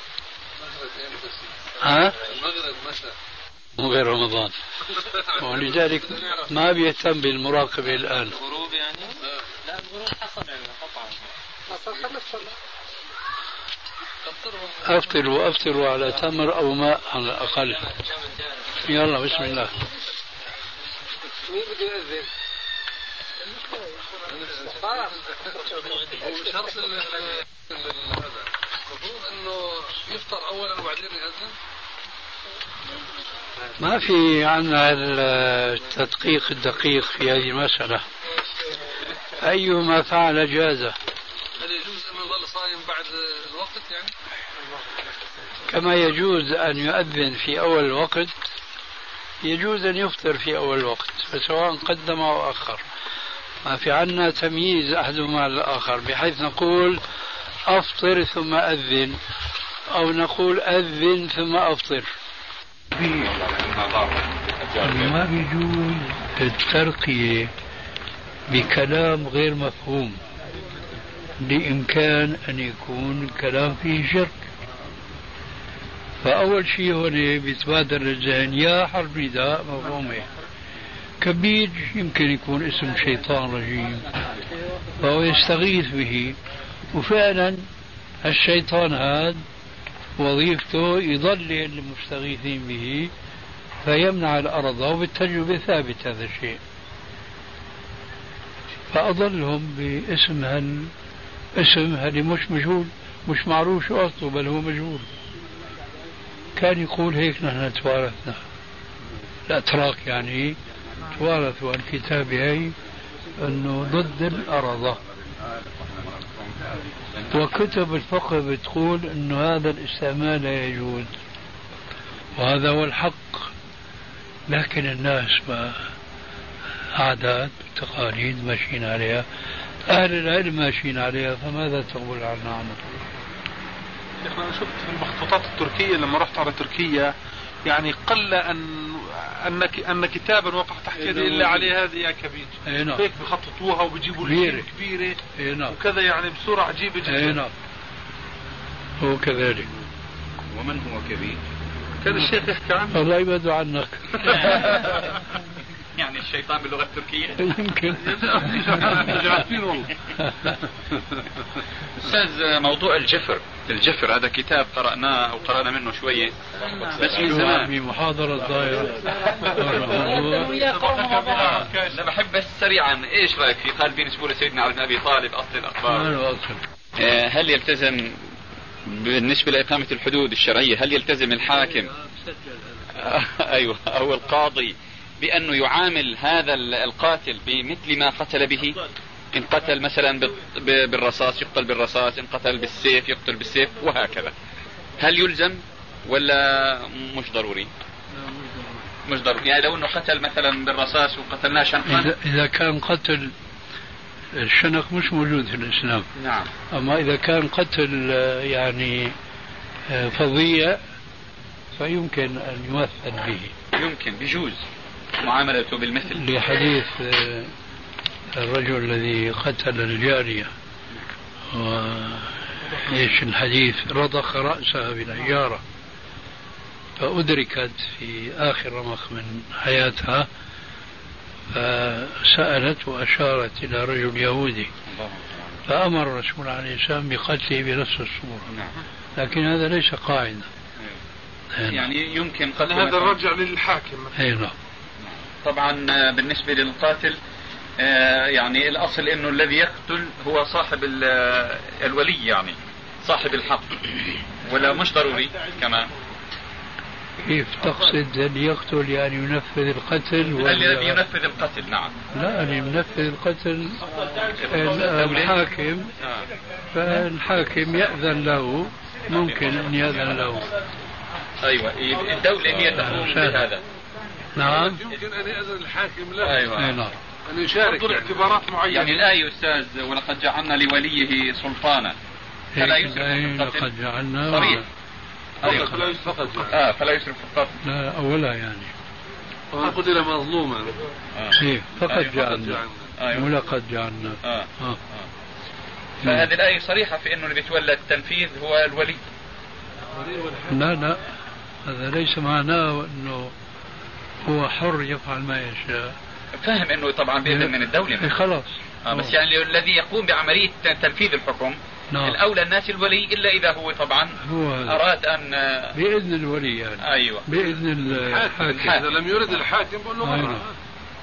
ها؟ المغرب مثلا مو غير رمضان ولذلك ما بيهتم بالمراقبة الآن. الغروب يعني؟ لا الغروب حصل يعني قطعا حصل خمس صلاة. أفطروا أفطروا على تمر أو ماء على الأقل. يلا بسم الله. مين بده يأذن؟ شرط هذا المفروض انه يفطر اولا وبعدين يأذن. ما في عنا التدقيق الدقيق في هذه المسألة، أيما فعل جاز. هل يجوز أن يظل صائم بعد الوقت يعني؟ كما يجوز أن يؤذن في أول الوقت يجوز أن يفطر في أول الوقت، فسواء قدم أو أخر. ما في عنا تمييز أحدهما على الآخر بحيث نقول أفطر ثم أذن، أو نقول أذن ثم أفطر. ما بيجوز الترقية بكلام غير مفهوم بإمكان أن يكون الكلام فيه شرك. فأول شيء هنا بيتبادر للذهن يا حرف نداء مفهومه، كبير يمكن يكون اسم شيطان رجيم فهو يستغيث به، وفعلا الشيطان هذا وظيفته يضلل المستغيثين به فيمنع الأرض، وبالتجربة ثابت هذا الشيء. فأضلهم باسم هل اسم هل مش مجهول، مش معروف شو أصله، بل هو مجهول. كان يقول هيك نحن توارثنا الأتراك، يعني توارثوا الكتاب هي أنه ضد الأرض. وكتب الفقه بتقول أنه هذا الاستعمال لا يجوز، وهذا هو الحق. لكن الناس ما عادات وتقاليد ماشيين عليها، أهل العلم ماشيين عليها، فماذا تقول عنا عنه؟ أنا شفت في المخطوطات التركية لما رحت على تركيا، يعني قل أن أن أن كتابا وقع تحت يدي إلا عليه هذه يا كبير. هيك بخططوها وبيجيبوا كبيرة كبيرة وكذا، يعني بصورة عجيبة جدا. نعم هو كذلك. ومن هو كبير؟ كان الشيخ يحكي عنه. الله يبعد عنك. يعني الشيطان باللغة التركية يمكن. أستاذ، موضوع الجفر الجفر هذا كتاب قرأناه أو قرأنا منه شوية بس من زمان في محاضرة ضايرة. أنا بحب بس سريعا، إيش رأيك في خالد بن سبورة سيدنا علي بن أبي طالب أصل الأخبار؟ هل يلتزم بالنسبة لإقامة الحدود الشرعية، هل يلتزم الحاكم أيوة أو القاضي بأنه يعامل هذا القاتل بمثل ما قتل به؟ إن قتل مثلا بالرصاص يقتل بالرصاص، إن قتل بالسيف يقتل بالسيف، وهكذا. هل يلزم ولا مش ضروري؟ مش ضروري، يعني لو أنه قتل مثلا بالرصاص وقتلناه شنقا، إذا كان قتل الشنق مش موجود في الإسلام. نعم. أما إذا كان قتل يعني فظيع فيمكن أن يمثل به، يمكن بجوز معاملته بالمثل. لحديث الرجل الذي قتل الجارية، وإيش الحديث؟ رضخ رأسها بالحجارة فأدركت في آخر رمق من حياتها، فسألت وأشارت إلى رجل يهودي فأمر الرسول عليه السلام بقتله بنفس الصورة. لكن هذا ليس قاعدة، يعني يمكن قتل هذا الرجع للحاكم. أي نعم. طبعا بالنسبة للقاتل يعني الأصل أنه الذي يقتل هو صاحب الولي، يعني صاحب الحق، ولا مش ضروري كمان؟ كيف تقصد الذي يقتل؟ يعني ينفذ القتل؟ الذي ينفذ القتل. نعم. لا، اللي ينفذ القتل الحاكم، فالحاكم يأذن له، ممكن أن يأذن له. أيوة، الدولة هي تقوم بهذا. نعم. يمكن أن يأذن الحاكم له. أيوة. نعم. أن يشارك يعني. اعتبارات معينة. يعني الآية أستاذ ولقد جعلنا لوليه سلطانا فلا يسرف في القتل. لقد جعلنا صريح. أيوة. فلا يسرف في القتل. آه فلا يسرف في القتل. لا أولا يعني. ومن قتل مظلوما. إيه فقد أيوة. جعلنا. أيوة. ولقد جعلنا. آه. آه. فهذه الآية صريحة في أنه اللي بيتولى التنفيذ هو الولي. لا لا، هذا ليس معناه أنه هو حر يفعل ما يشاء. فهم أنه طبعا بإذن من الدولة. إيه خلاص. آه بس يعني الذي يقوم بعملية تنفيذ الحكم نعم. الأولى الناس الولي، إلا إذا هو طبعا هو أراد أن بإذن الولي يعني. أيوة. بإذن الحاكم. إذا لم يرد الحاكم بقول له أيوة.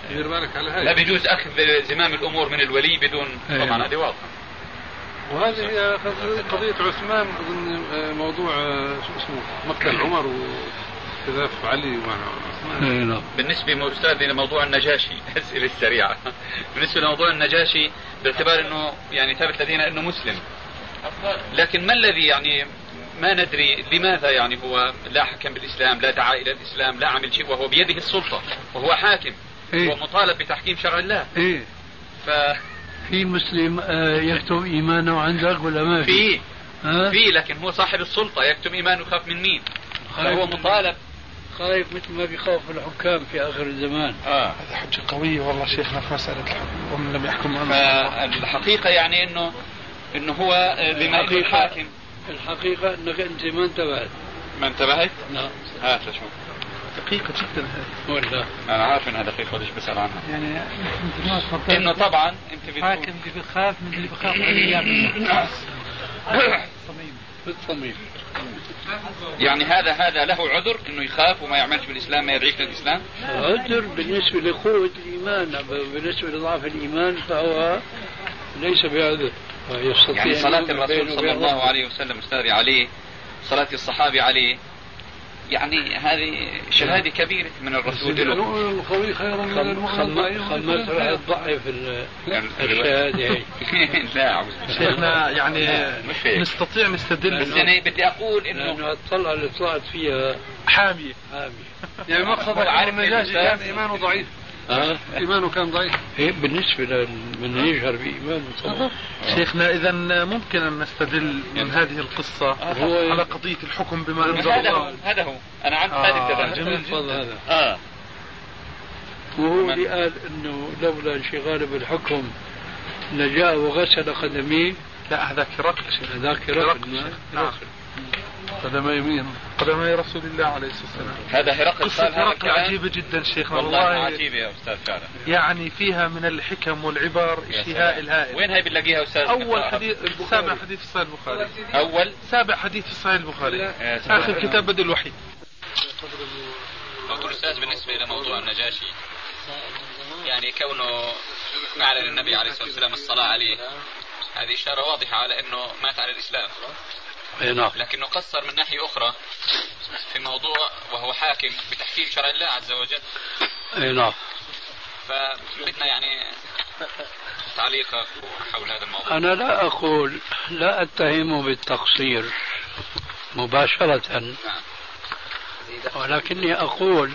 دير بالك على هذا. لا بيجوز أخذ زمام الأمور من الولي بدون طبعا هذه واضحة. وهذه هي قضية عثمان ضمن موضوع شو اسمه مقتل عمر وخلاف علي وعثمان. بالنسبة أستاذ لموضوع النجاشي أسئلة السريعة. بالنسبة لموضوع النجاشي باعتبار أنه يعني ثبت لدينا أنه مسلم، لكن ما الذي يعني ما ندري لماذا يعني هو لا حكم بالإسلام، لا دعا إلى الإسلام، لا عمل شيء وهو بيده السلطة وهو حاكم إيه؟ هو مطالب بتحكيم شرع الله. إيه؟ ف... في مسلم يكتم إيمانه عندك ولا ما في؟ في في لكن هو صاحب السلطة يكتم إيمانه يخاف من مين؟ فهو مطالب خايف مثل ما بيخاف الحكام في آخر الزمان. آه. هذا حجة قوية والله شيخنا في مسألة الحكم ومن لم يحكم الحقيقة يعني إنه إنه هو بما إنه الحاكم. الحقيقة إنك أنت ما انتبهت. ما انتبهت؟ لا. هات لشوف. دقيقة جدا هذه. ولا. أنا عارف إنها دقيقة ليش بسأل عنها. يعني أنت ما تفضل. إنه طبعا أنت بتقول. حاكم بيخاف من اللي بيخاف عليه. صميم. بالصميم. يعني هذا هذا له عذر إنه يخاف وما يعملش بالإسلام ما يدعيش للإسلام؟ عذر بالنسبة لقوة الإيمان، بالنسبة لضعف الإيمان فهو ليس بعذر. يعني صلاة الرسول صلى الله عليه وسلم أستاذي عليه، صلاة الصحابة عليه، يعني هذه شهادة كبيرة من الرسول له. القوي خير من المغلظ. خمس راح تضعف الشهادة. لا شيخنا يعني نستطيع نستدل. بس أنا بدي أقول إنه إنه الطلعة اللي طلعت فيها حامية حامية. يعني مقصدك عن النجاشي كان إيمانه ضعيف. أه؟ إيمانه كان ضعيف. إيه بالنسبة لمن يجهر بإيمانه طبعا. شيخنا إذا ممكن أن نستدل من هذه القصة آه. على قضية الحكم بما أنزل هذا الله. هو هذا هو أنا عم هذه جميل هذا. آه. وهو اللي قال إنه لولا انشغاله بالحكم لجاء وغسل قدميه. لا هذاك هرقل. هذاك هرقل. نعم. قدمي يمين قدمي رسول الله عليه الصلاة والسلام. هذا هرقل قصة هرقل عجيبة جدا شيخنا والله عجيبة يا أستاذ فعلا. يعني فيها من الحكم والعبر شيء هائل هائل. وين هاي بنلاقيها أستاذ؟ أول حديث سابع حديث في صحيح البخاري. أول سابع حديث في صحيح البخاري. آخر كتاب بدء الوحي. دكتور أستاذ بالنسبة لموضوع النجاشي يعني كونه أعلن النبي عليه الصلاة والسلام الصلاة عليه هذه إشارة واضحة على أنه مات على الإسلام. نعم. لكنه قصر من ناحية أخرى في موضوع وهو حاكم بتحكيم شرع الله عز وجل. أي نعم. فبدنا يعني تعليقك حول هذا الموضوع. أنا لا أقول لا أتهمه بالتقصير مباشرة، ولكني أقول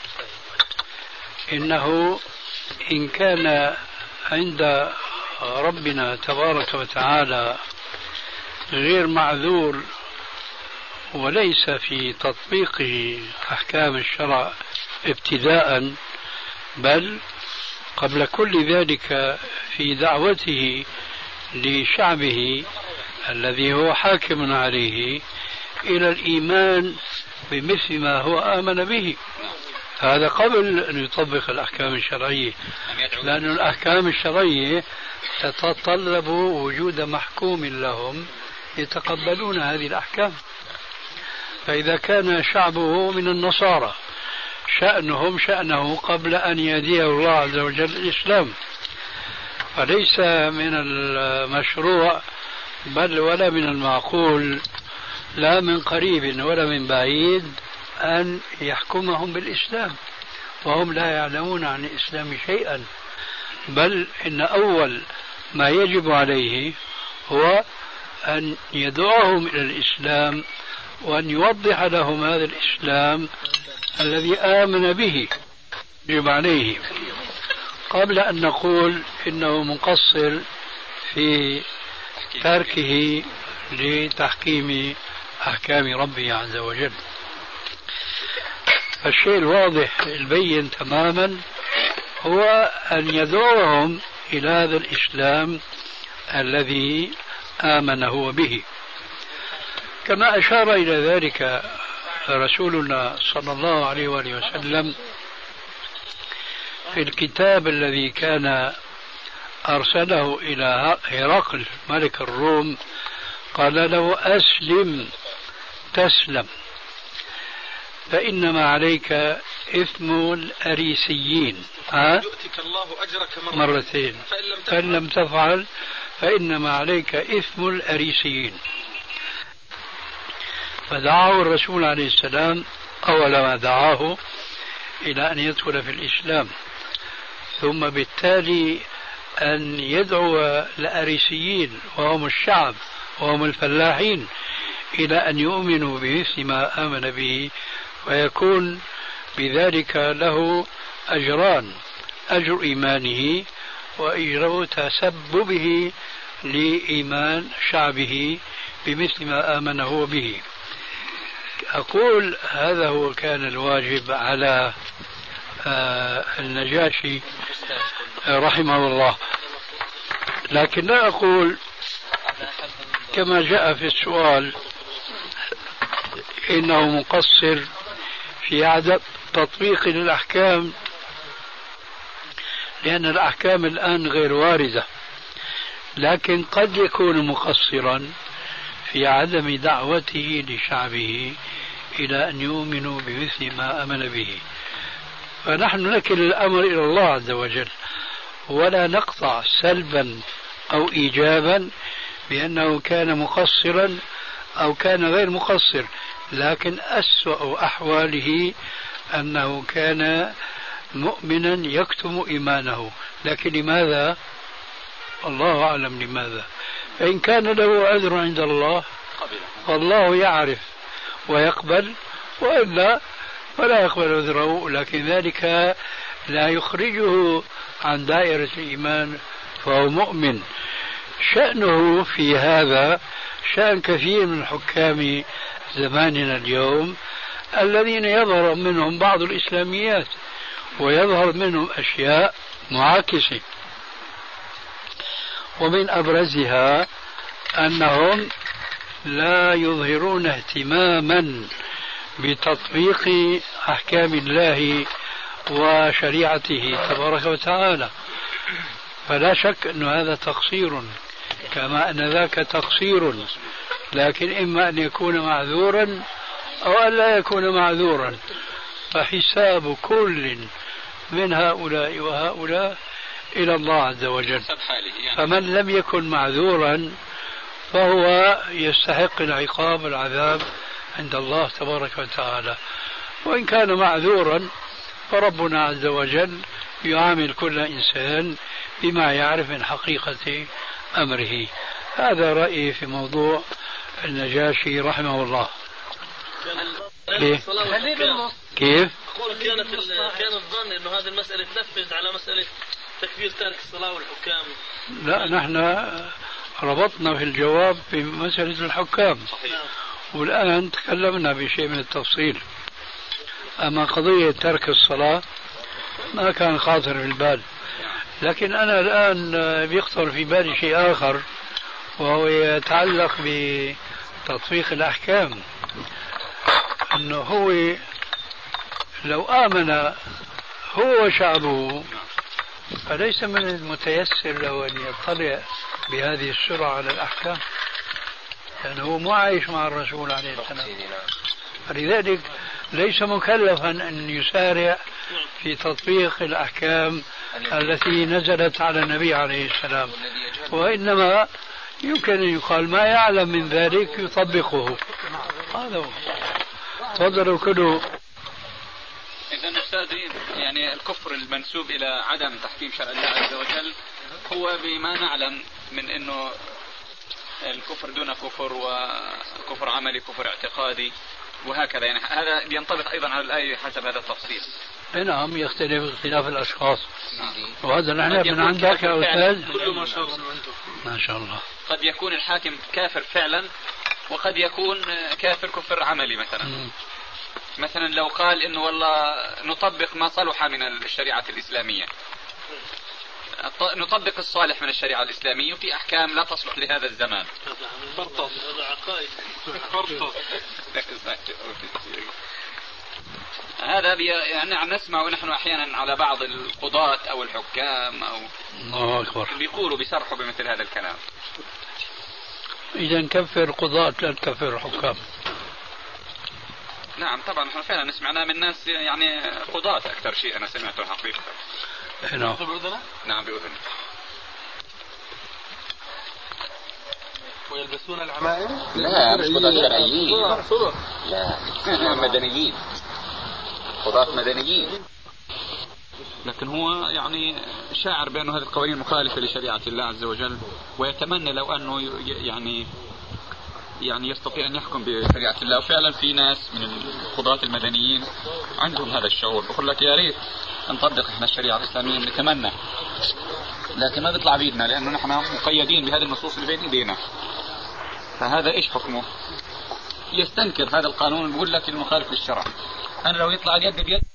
إنه إن كان عند ربنا تبارك وتعالى غير معذور وليس في تطبيقه أحكام الشرع ابتداء، بل قبل كل ذلك في دعوته لشعبه الذي هو حاكم عليه إلى الإيمان بمثل ما هو آمن به، هذا قبل أن يطبق الأحكام الشرعية، لأن الأحكام الشرعية تتطلب وجود محكوم لهم يتقبلون هذه الأحكام. فإذا كان شعبه من النصارى شأنهم شأنه قبل أن يهديه الله عز وجل الإسلام، فليس من المشروع بل ولا من المعقول لا من قريب ولا من بعيد أن يحكمهم بالإسلام وهم لا يعلمون عن الإسلام شيئا، بل إن أول ما يجب عليه هو أن يدعوهم إلى الإسلام وأن يوضح لهم هذا الإسلام الذي آمن به، يجب عليه قبل أن نقول إنه مقصر في تركه لتحكيم أحكام ربه عز وجل. الشيء الواضح البين تماما هو أن يدعوهم إلى هذا الإسلام الذي آمن هو به، كما أشار إلى ذلك رسولنا صلى الله عليه وآله وسلم في الكتاب الذي كان أرسله إلى هرقل ملك الروم، قال له أسلم تسلم، فإنما عليك إثم الأريسيين. ها؟ يؤتك الله أجرك مرتين, مرتين. فإن لم تفعل فإنما عليك إثم الأريسيين. فدعاه الرسول عليه السلام أول ما دعاه إلى أن يدخل في الإسلام، ثم بالتالي أن يدعو الأريسيين وهم الشعب وهم الفلاحين إلى أن يؤمنوا بمثل ما آمن به، ويكون بذلك له أجران: أجر إيمانه وأجر تسببه لإيمان شعبه بمثل ما آمنه به. أقول هذا هو كان الواجب على النجاشي رحمه الله، لكن لا أقول كما جاء في السؤال إنه مقصر في عدم تطبيق الأحكام، لأن الأحكام الآن غير واردة، لكن قد يكون مقصرا في عدم دعوته لشعبه إلى أن يؤمنوا بمثل ما آمن به. فنحن نكل الأمر إلى الله عز وجل، ولا نقطع سلبا أو إيجابا بأنه كان مقصرا أو كان غير مقصر، لكن أسوأ أحواله أنه كان مؤمنا يكتم إيمانه. لكن لماذا؟ الله أعلم لماذا. فإن كان له عذر عند الله فالله يعرف ويقبل، وإلا فلا يقبل عذره، لكن ذلك لا يخرجه عن دائرة الإيمان، فهو مؤمن. شأنه في هذا شأن كثير من حكام زماننا اليوم الذين يظهر منهم بعض الإسلاميات ويظهر منهم أشياء معاكسة، ومن أبرزها أنهم لا يظهرون اهتماما بتطبيق أحكام الله وشريعته تبارك وتعالى. فلا شك أن هذا تقصير، كما أن ذاك تقصير، لكن إما أن يكون معذورا أو أن لا يكون معذورا، فحساب كل من هؤلاء وهؤلاء إلى الله عز وجل. فمن لم يكن معذورا فهو يستحق العقاب والعذاب عند الله تبارك وتعالى، وإن كان معذورا فربنا عز وجل يعامل كل إنسان بما يعرف من حقيقة أمره. هذا رأيي في موضوع النجاشي رحمه الله. كيف؟ كيف؟ كانت كان الظن انه هذه المسألة تنفذ على مسألة تكفير تارك الصلاة والحكام. لا، نحن ربطنا في الجواب في مسألة الحكام، والآن تكلمنا بشيء من التفصيل. أما قضية ترك الصلاة ما كان خاطر في البال، لكن أنا الآن بيخطر في بالي شيء آخر، وهو يتعلق بتطبيق الأحكام. أنه هو لو آمن هو وشعبه فليس من المتيسر له أن يطلع بهذه السرعة على الأحكام، لأنه هو مو عايش مع الرسول عليه السلام، فلذلك ليس مكلفا أن يسارع في تطبيق الأحكام التي نزلت على النبي عليه السلام، وإنما يمكن أن يقال ما يعلم من ذلك يطبقه. هذا هو. تفضلوا كله. إذن أستاذي، يعني الكفر المنسوب إلى عدم تحكيم شرع الله عز وجل هو بما نعلم من أنه الكفر دون كفر، وكفر عملي، كفر اعتقادي، وهكذا. يعني هذا ينطبق أيضا على الآية حسب هذا التفصيل. نعم، يختلف اختلاف الأشخاص. وهذا نحن من عندك يا أستاذ. كله ما شاء الله. ما شاء الله. قد يكون الحاكم كافر فعلا، وقد يكون كافر كفر عملي. مثلا م. مثلا لو قال إنه والله نطبق ما صلح من الشريعة الإسلامية، نطبق الصالح من الشريعة الإسلامية في أحكام لا تصلح لهذا الزمان. فرطة. هذا عقائد. فرطة. هذا يعني نسمع ونحن أحيانا على بعض القضاة أو الحكام أو الله أكبر بيقولوا بيصرحوا بمثل هذا الكلام. إذا نكفر قضاة لا نكفر حكام. نعم طبعا احنا فعلا سمعناه من ناس يعني قضاة أكثر شيء أنا سمعته حقيقة. نعم نعم بأذن. ويلبسون العمائم؟ لا مش قضاة شرعيين، لا مدنيين، قضاة مدنيين. لكن هو يعني شاعر بأنه هذه القوانين مخالفة لشريعة الله عز وجل، ويتمنى لو أنه يعني يعني يستطيع أن يحكم بشريعة الله. وفعلا في ناس من القضاة المدنيين عندهم هذا الشعور، بقول لك يا ريت نطبق احنا الشريعة الإسلامية، نتمنى، لكن ما بيطلع بيدنا لأنه نحن مقيدين بهذه النصوص اللي بين ايدينا. فهذا ايش حكمه؟ يستنكر هذا القانون، بيقول لك المخالف للشرع. أنا لو يطلع اليد بيد